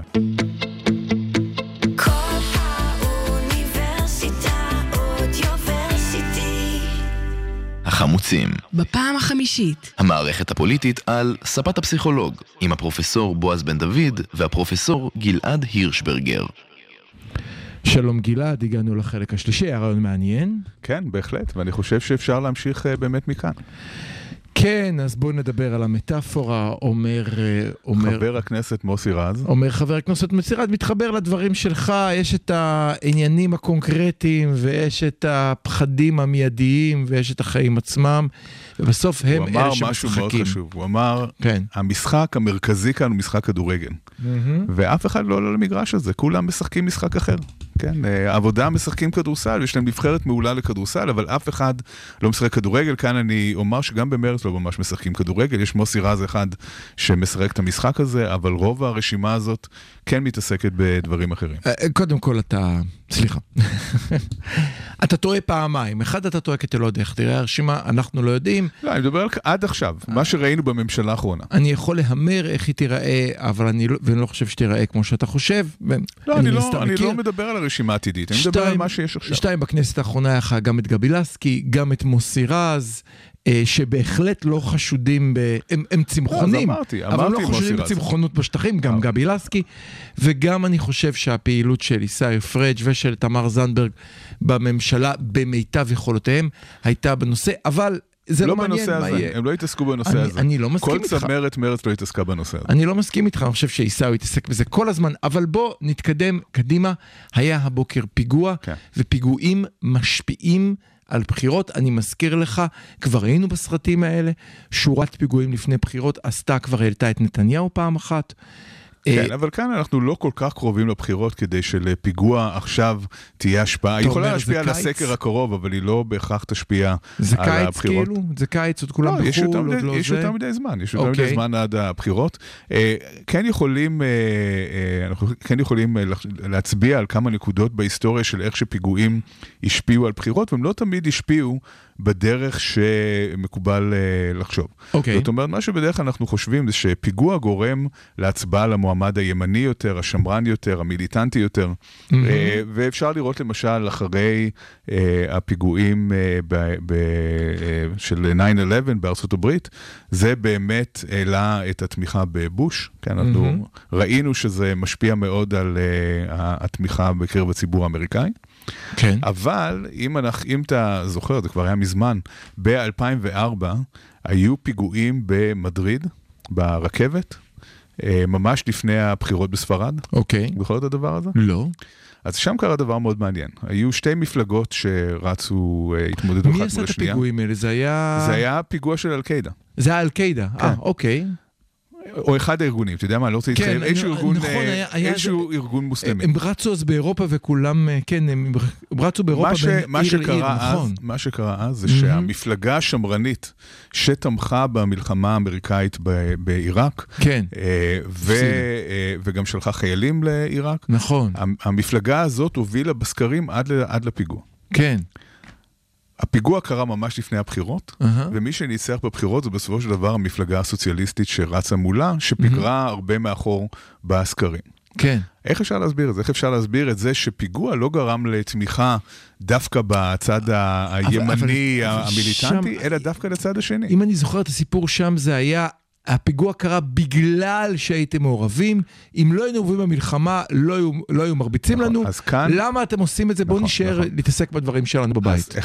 החמוצים. בפעם החמישית. המערכת הפוליטית על ספת הפסיכולוג, עם הפרופסור בועז בן דוד והפרופסור גלעד הירשברגר. שלום גלעד, הגענו לחלק השלישי, הרעיון מעניין. כן, בהחלט, ואני חושב שאפשר להמשיך באמת מכאן. כן, אז בואו נדבר על המטאפורה, אומר חבר הכנסת מוסי רז. אומר חבר הכנסת מוסי רז, מתחבר לדברים שלך, יש את העניינים הקונקרטיים, ויש את הפחדים המיידיים, ויש את החיים עצמם, ובסוף הם אלה שמשחקים. הוא אמר משהו מאוד חשוב, הוא אמר, כן. המשחק המרכזי כאן הוא משחק כדורגל. ואף אחד לא עולה למגרש הזה, כולם משחקים משחק אחר. כן, העבודה משחקים כדורסל, יש להם נבחרת מעולה לכדורסל, אבל אף אחד לא משחק כדורגל. כאן אני אומר שגם במרץ לא ממש משחקים כדורגל, יש מוסי רז אחד שמשחק את המשחק הזה, אבל רוב הרשימה הזאת כן מתעסקת בדברים אחרים. קודם כל סליחה. אתה טועה פעמיים. אחד, אתה טועה כי אתה לא יודע איך תראה הרשימה, אנחנו לא יודעים. לא, אני מדבר עד עכשיו, מה שראינו בממשלה האחרונה. אני יכול להמר איך היא תיראה, אבל אני לא חושב שתיראה כמו שאתה חושב. לא, אני לא מדבר על הרשימה העתידית, אני מדבר על מה שיש עכשיו. 2, בכנסת האחרונה היה לך גם את גבי לסקי, גם את מוסי רז, שבהחלט לא חשודים הם צמחונים, אבל לא חשודים בצמחונות בשטחים, גם גבי לסקי, וגם אני חושב שהפעילות של עיסאווי פריג' ושל תמר זנדברג בממשלה, במיטב יכולותיהם, הייתה בנושא, אבל זה לא מעניין מה יהיה. הם לא התעסקו בנושא הזה. אני לא מסכים איתך. כל צמרת מרץ לא התעסקה בנושא הזה. אני לא מסכים איתך, אני חושב שעיסאווי התעסק בזה כל הזמן, אבל בוא נתקדם קדימה. היה הבוקר פיגוע, ופיגועים משפיעים על בחירות. אני מזכיר לך, כבר ראינו בסרטים האלה, שורת פיגועים לפני בחירות, עשתה כבר העלתה את נתניהו פעם אחת. כן, אבל כאן אנחנו לא כל כך קרובים לבחירות כדי שלפיגוע עכשיו תהיה השפעה. היא יכולה להשפיע על הסקר הקרוב, אבל היא לא בהכרח תשפיע על הבחירות. זה קיץ כאילו? זה קיץ, עוד כולם בחול, עוד לא זה? יש יותר מדי זמן, יש יותר מדי זמן עד הבחירות. כן יכולים להצביע על כמה נקודות בהיסטוריה של איך שפיגועים השפיעו על בחירות, והם לא תמיד השפיעו בדרך שמקובל לחשוב. אוקיי. זאת אומרת, מה שבדרך כלל אנחנו חושבים זה שפיגוע גורם להצבעה למועמד הימני יותר, השמרן יותר, המיליטנטי יותר, ואפשר לראות למשל אחרי הפיגועים של 9/11 בארצות הברית, זה באמת העלה את התמיכה בבוש, כן, אנחנו ראינו שזה משפיע מאוד על התמיכה בקרב הציבור האמריקאי, כן. אבל אם אתה זוכר, זה כבר היה מזמן, ב-2004 היו פיגועים במדריד, ברכבת, ממש לפני הבחירות בספרד. אוקיי. זוכר את הדבר הזה? לא. אז שם קרה דבר מאוד מעניין. היו שתי מפלגות שרצו, התמודדו אחת מול השנייה. מי עשה את הפיגועים האלה? זה היה פיגוע של אל-קאידה. זה היה אל-קאידה, אוקיי. או אחד הארגונים, אתה יודע מה, אני לא רוצה להתחיל, איזשהו ארגון מוסלמי. הם רצו אז באירופה וכולם, כן, הם רצו באירופה בין עיר לעיר, נכון. מה שקרה אז זה שהמפלגה השמרנית שתמכה במלחמה האמריקאית בעיראק, כן. וגם שלחה חיילים לעיראק, נכון. המפלגה הזאת הובילה בסקרים עד לפיגוע. כן. הפיגוע קרה ממש לפני הבחירות, ומי שניצח בבחירות זה בסופו של דבר המפלגה הסוציאליסטית שרצה מולה, שפיגרה הרבה מאחור בסקרים. כן. איך אפשר להסביר את זה? איך אפשר להסביר את זה שפיגוע לא גרם לתמיכה דווקא בצד הימני המיליטנטי, אלא דווקא לצד השני? אם אני זוכר את הסיפור שם, זה היה הפיגוע קרה בגלל שהייתם מעורבים, אם לא היינו מעורבים במלחמה, לא היו מרביצים לנו, למה אתם עושים את זה? בואו נשאר להתעסק בדברים שלנו בבית.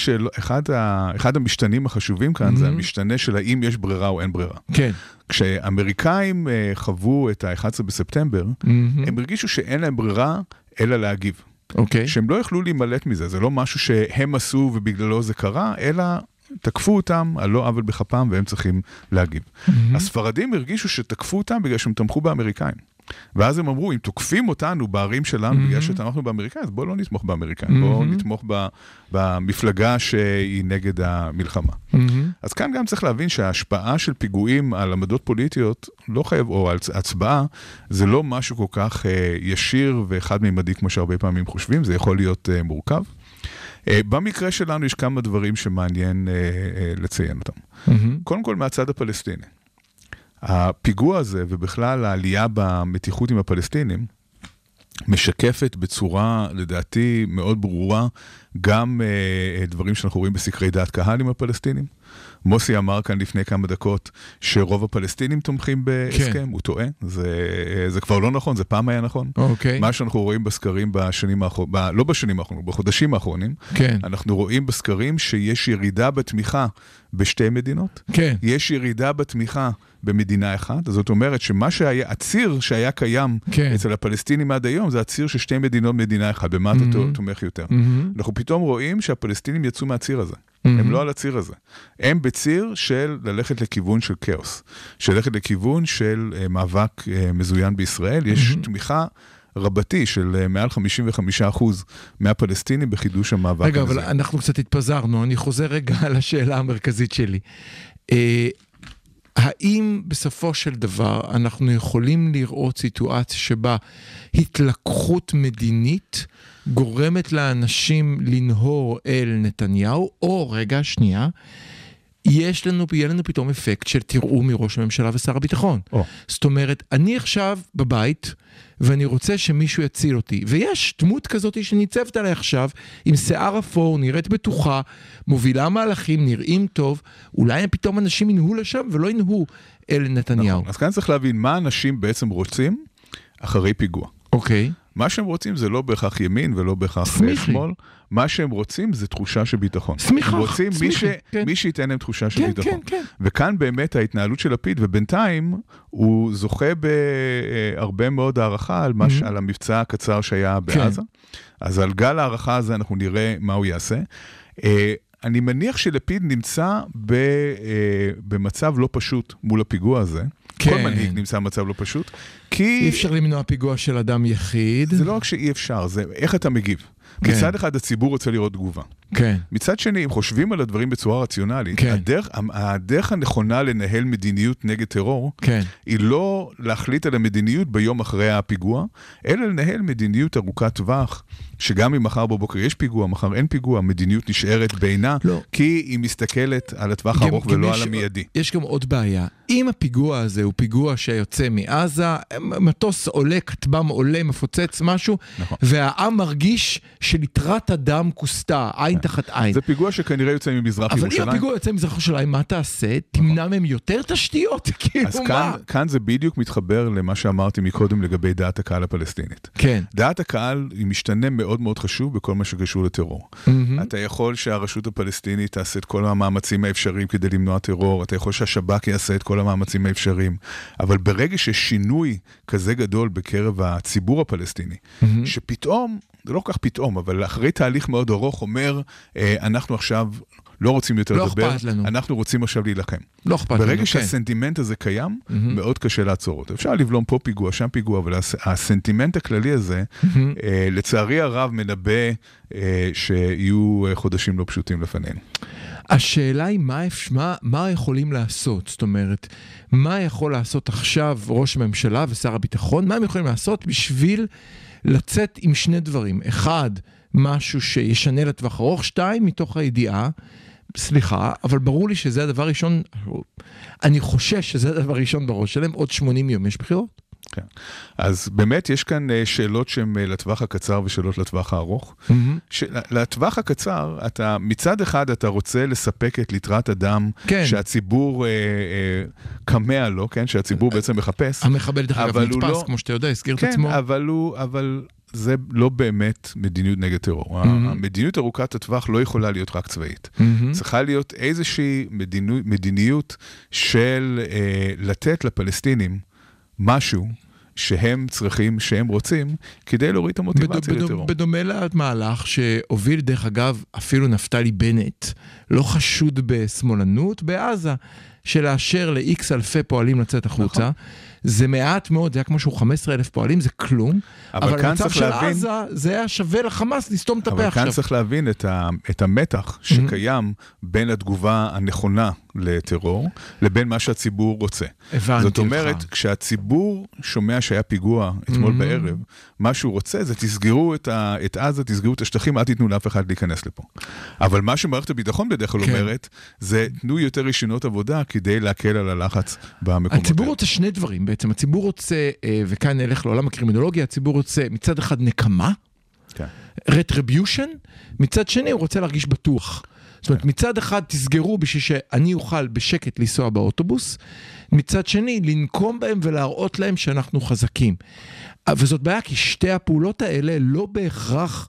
אחד המשתנים החשובים כאן, זה המשתנה של האם יש ברירה או אין ברירה. כן. כשאמריקאים חוו את ה-11 בספטמבר, הם הרגישו שאין להם ברירה, אלא להגיב. אוקיי. שהם לא יכלו להימלט מזה, זה לא משהו שהם עשו ובגללו זה קרה, אלא תקפו אותם על לא עוול בכפם והם צריכים להגיב. הספרדים הרגישו שתקפו אותם בגלל שהם תמכו באמריקאים. ואז הם אמרו, אם תוקפים אותנו בערים שלנו בגלל שתמכנו באמריקאים, אז בואו לא נתמוך באמריקאים, בואו נתמוך במפלגה שהיא נגד המלחמה. אז כאן גם צריך להבין שההשפעה של פיגועים על עמדות פוליטיות, לא חייב, או על הצבעה, זה לא משהו כל כך ישיר וחד מימדי כמו שהרבה פעמים חושבים, זה יכול להיות מורכב. במקרה שלנו יש כמה דברים שמעניין לציין אותם. קודם כל מהצד הפלסטיני. הפיגוע הזה ובכלל העלייה במתיחות עם הפלסטינים משקפת בצורה לדעתי מאוד ברורה גם דברים שאנחנו רואים בסקרי דעת קהל עם הפלסטינים. מוסי אמר כאן לפני כמה דקות שרוב הפלסטינים תומכים בהסכם, הוא טועה, זה כבר לא נכון, זה פעם היה נכון. מה שאנחנו רואים בסקרים בשנים האחרונות, לא בשנים האחרונות, בחודשים האחרונים, אנחנו רואים בסקרים שיש ירידה בתמיכה בשתי מדינות, יש ירידה בתמיכה במדינה אחת, זאת אומרת שמה שהיה, הציר שהיה קיים אצל הפלסטינים עד היום, זה הציר ששתי מדינות מדינה אחת, במה אתה תומך יותר. אנחנו פתאום רואים שהפלסטינים יצאו מהציר הזה. הם לא על הציר הזה. הם בציר של ללכת לכיוון של כאוס, של ללכת לכיוון של מאבק מזוין בישראל. יש תמיכה רבתי של מעל 55% מהפלסטינים בחידוש המאבק. רגע, אבל אנחנו קצת התפזרנו, אני חוזר רגע על השאלה המרכזית שלי. האם בסופו של דבר אנחנו יכולים לראות סיטואציה שבה התלקחות מדינית גורמת לאנשים לנהור אל נתניהו, או רגע שנייה, יהיה לנו פתאום אפקט של תראו מראש הממשלה ושר הביטחון. זאת אומרת, אני עכשיו בבית, ואני רוצה שמישהו יציל אותי, ויש דמות כזאת שניצבת עליי עכשיו, עם שיער אפור, נראית בטוחה, מובילה מהלכים, נראים טוב, אולי פתאום אנשים ינהו לשם, ולא ינהו אל נתניהו. נכון, אז כאן צריך להבין מה אנשים בעצם רוצים אחרי פיגוע. אוקיי. מה שהם רוצים זה לא בהכרח ימין ולא בהכרח שמאל, מה שהם רוצים זה תחושה של ביטחון. סמיכה. הם רוצים מי שייתן להם תחושה של ביטחון. וכאן באמת ההתנהלות של לפיד, ובינתיים הוא זוכה בהרבה מאוד הערכה על המבצע הקצר שהיה בעזה. אז על גל הערכה הזה אנחנו נראה מה הוא יעשה. אני מניח שלפיד נמצא במצב לא פשוט מול הפיגוע הזה. כל מנהיג נמצא במצב לא פשוט. אי אפשר למנוע פיגוע של אדם יחיד. זה לא רק שאי אפשר, זה איך אתה מגיב. כן. מצד אחד הציבור רוצה לראות תגובה. כן. מצד שני, אם חושבים על הדברים בצורה רציונלית, כן. הדרך הנכונה לנהל מדיניות נגד טרור, כן. היא לא להחליט על המדיניות ביום אחרי הפיגוע, אלא לנהל מדיניות ארוכת טווח, שגם אם מחר בבוקר יש פיגוע, מחר אין פיגוע, המדיניות נשארת בעינה, לא. כי היא מסתכלת על הטווח הארוך ולא על המיידי. יש גם עוד בעיה. אם הפיגוע הזה הוא פיגוע שיוצא מעזה, מטוס עולה, כטב"ם עולה, מפוצץ משהו, נכון. והעם מרגיש שלתרת הדם כוסתה, עין תחת עין. זה פיגוע שכנראה יוצא ממזרח ירושלים. אבל אם הפיגוע יוצא ממזרח ירושלים, מה תעשה? תמנע מהם יותר תשתיות? אז כאן זה בדיוק מתחבר למה שאמרתי מקודם לגבי דעת הקהל הפלסטינית. כן. דעת הקהל היא משתנה מאוד מאוד חשוב בכל מה שקשור לטרור. אתה יכול שהרשות הפלסטינית תעשה את כל המאמצים האפשריים כדי למנוע טרור, אתה יכול שהשב"כ יעשה את כל המאמצים האפשריים, אבל ברגע ששינוי כזה גדול בקרב הציבור הפלסטיני, שפתאום, זה לא כך פתאום, אבל אחרי תהליך מאוד ארוך אומר, אנחנו עכשיו לא רוצים יותר לדבר, אנחנו רוצים עכשיו להילחם. לא אכפת לנו, ברגע שהסנטימנט הזה קיים, מאוד קשה לעצור אותו. אפשר לבלום פה פיגוע, שם פיגוע, אבל הסנטימנט הכללי הזה, לצערי הרב מנבא שיהיו חודשים לא פשוטים לפנינו. השאלה היא מה יכולים לעשות? זאת אומרת, מה יכול לעשות עכשיו ראש הממשלה ושר הביטחון? מה הם יכולים לעשות בשביל לצאת עם שני דברים? אחד, משהו שישנה לטווח ארוך, שתיים, מתוך הידיעה, סליחה, אבל ברור לי שזה הדבר ראשון, אני חושש שזה הדבר ראשון בראש שלהם, עוד 80 יום יש בחירות. כן. אז באמת יש כאן שאלות שהן לטווח הקצר ושאלות לטווח הארוך. לטווח הקצר, מצד אחד אתה רוצה לספק את ליטרת הדם שהציבור קמע לו, שהציבור בעצם מחפש. המחבל דרך אגב נתפס, כמו שאתה יודע, הזכיר את עצמו. אבל זה לא באמת מדיניות נגד טרור. המדיניות ארוכת הטווח לא יכולה להיות רק צבאית. צריכה להיות איזושהי מדיניות של לתת לפלסטינים משהו שהם צריכים, שהם רוצים, כדי להוריד את המוטיבציה לטרור. בדומה למהלך שהוביל דרך אגב אפילו נפתלי בנט, לא חשוד בשמאלנות בעזה, של לאשר ל-X אלפי פועלים לצאת החוצה. זה מעט מאוד, זה היה כמו שהוא 15,000 פועלים, זה כלום. אבל המצב של עזה, זה היה שווה לחמאס לסתום את הפה עכשיו. אבל כאן צריך להבין את המתח שקיים בין התגובה הנכונה לטרור, לבין מה שהציבור רוצה. זאת אומרת, כשהציבור שומע שהיה פיגוע אתמול בערב, מה שהוא רוצה זה תסגרו את עזה, תסגרו את השטחים, אל תיתנו לאף אחד להיכנס לפה. אבל מה שמערכת הביטחון בדרך כלל אומרת, זה תנו יותר רישיונות עבודה כדי להקל על הלחץ במקומות. הציבור רוצה שני דברים בעצם. הציבור רוצה, וכאן נלך לעולם הקרימינולוגיה, הציבור רוצה מצד אחד נקמה, retribution, מצד שני הוא רוצה להרגיש בטוח. זאת אומרת, מצד אחד תסגרו בשביל שאני אוכל בשקט לנסוע באוטובוס, מצד שני לנקום בהם ולהראות להם שאנחנו חזקים. וזאת בעיה, כי שתי הפעולות האלה לא בהכרח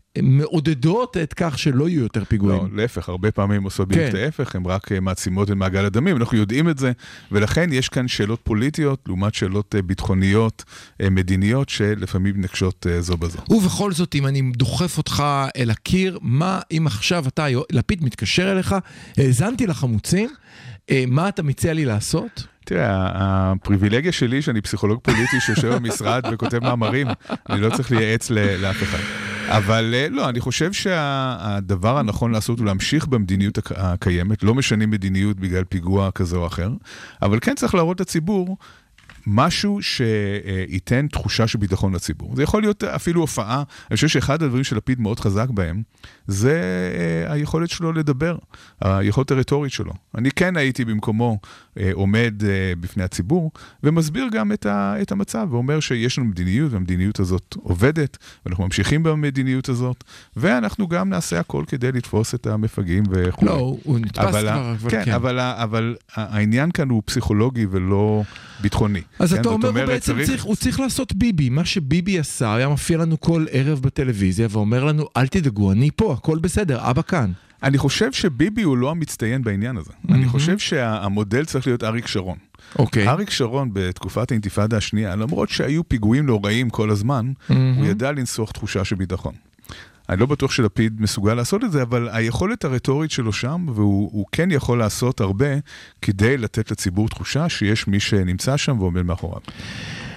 מעודדות את כך שלא יהיו יותר פיגועים. לא, להפך, הרבה פעמים עושות בדיוק את ההפך, הן רק מעצימות את מעגל הדמים, אנחנו יודעים את זה, ולכן יש כאן שאלות פוליטיות, לעומת שאלות ביטחוניות, מדיניות, שלפעמים נקשות זו בזו. ובכל זאת, אם אני דוחף אותך אל הקיר, מה אם עכשיו אתה, לפיד מתקשר אליך, האזנתי לחמוצים, מה אתה מציע לי לעשות? תראה, הפריבילגיה שלי שאני פסיכולוג פוליטי שיושב במשרד וכותב מאמרים, אני לא צריך לייעץ לאף אחד. אבל לא, אני חושב שהדבר הנכון לעשות הוא להמשיך במדיניות הקיימת, לא משנים מדיניות בגלל פיגוע כזה או אחר, אבל כן צריך להראות לציבור משהו שייתן תחושה של ביטחון לציבור. זה יכול להיות אפילו הופעה, אני חושב שאחד הדברים שלפיד מאוד חזק בהם, זה היכולת שלו לדבר, היכולת הרטורית שלו. אני כן הייתי במקומו עומד בפני הציבור, ומסביר גם את המצב, ואומר שיש לנו מדיניות, והמדיניות הזאת עובדת, ואנחנו ממשיכים במדיניות הזאת, ואנחנו גם נעשה הכל כדי לתפוס את המפגעים וכו'. לא, הוא נתפס כבר, אבל כן. אבל העניין כאן הוא פסיכולוגי ולא ביטחוני. אז אתה אומר, הוא בעצם הוא צריך לעשות ביבי. מה שביבי עשה, היה מופיע לנו כל ערב בטלוויזיה, ואומר לנו, אל תדאגו, אני פה, הכל בסדר, אבא כאן. אני חושב שביבי הוא לא המצטיין בעניין הזה. אני חושב שהמודל צריך להיות אריק שרון. אריק שרון בתקופת האינתיפאדה השנייה, למרות שהיו פיגועים נוראים כל הזמן, הוא ידע לנסוח תחושה של ביטחון. אני לא בטוח שלפיד מסוגל לעשות את זה, אבל היכולת הרטורית שלו שם, והוא כן יכול לעשות הרבה, כדי לתת לציבור תחושה שיש מי שנמצא שם ועומד מאחוריו.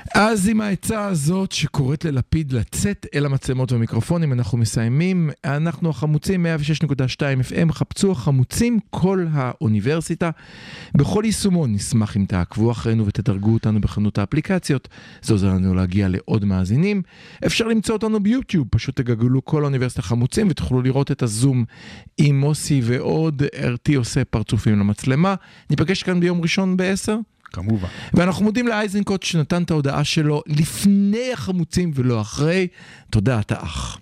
אז עם העצה הזאת שקוראת ללפיד לצאת אל המצלמות והמיקרופונים, אנחנו מסיימים. אנחנו החמוצים 106.2 FM, חפצו החמוצים כל האוניברסיטה. בכל יישומון נשמח אם תעקבו אחרינו ותדרגו אותנו בחנות האפליקציות. זה עוזר לנו להגיע לעוד מאזינים. אפשר למצוא אותנו ביוטיוב, פשוט תגגלו כל האוניברסיטה חמוצים ותוכלו לראות את הזום עם מוסי ועוד. ארתי עושה פרצופים למצלמה. ניפגש כאן ביום ראשון ב-10. כמובן. ואנחנו מודים לאייזנקוט שנתן את ההודעה שלו לפני החמוצים ולא אחרי. תודה, אתה אח.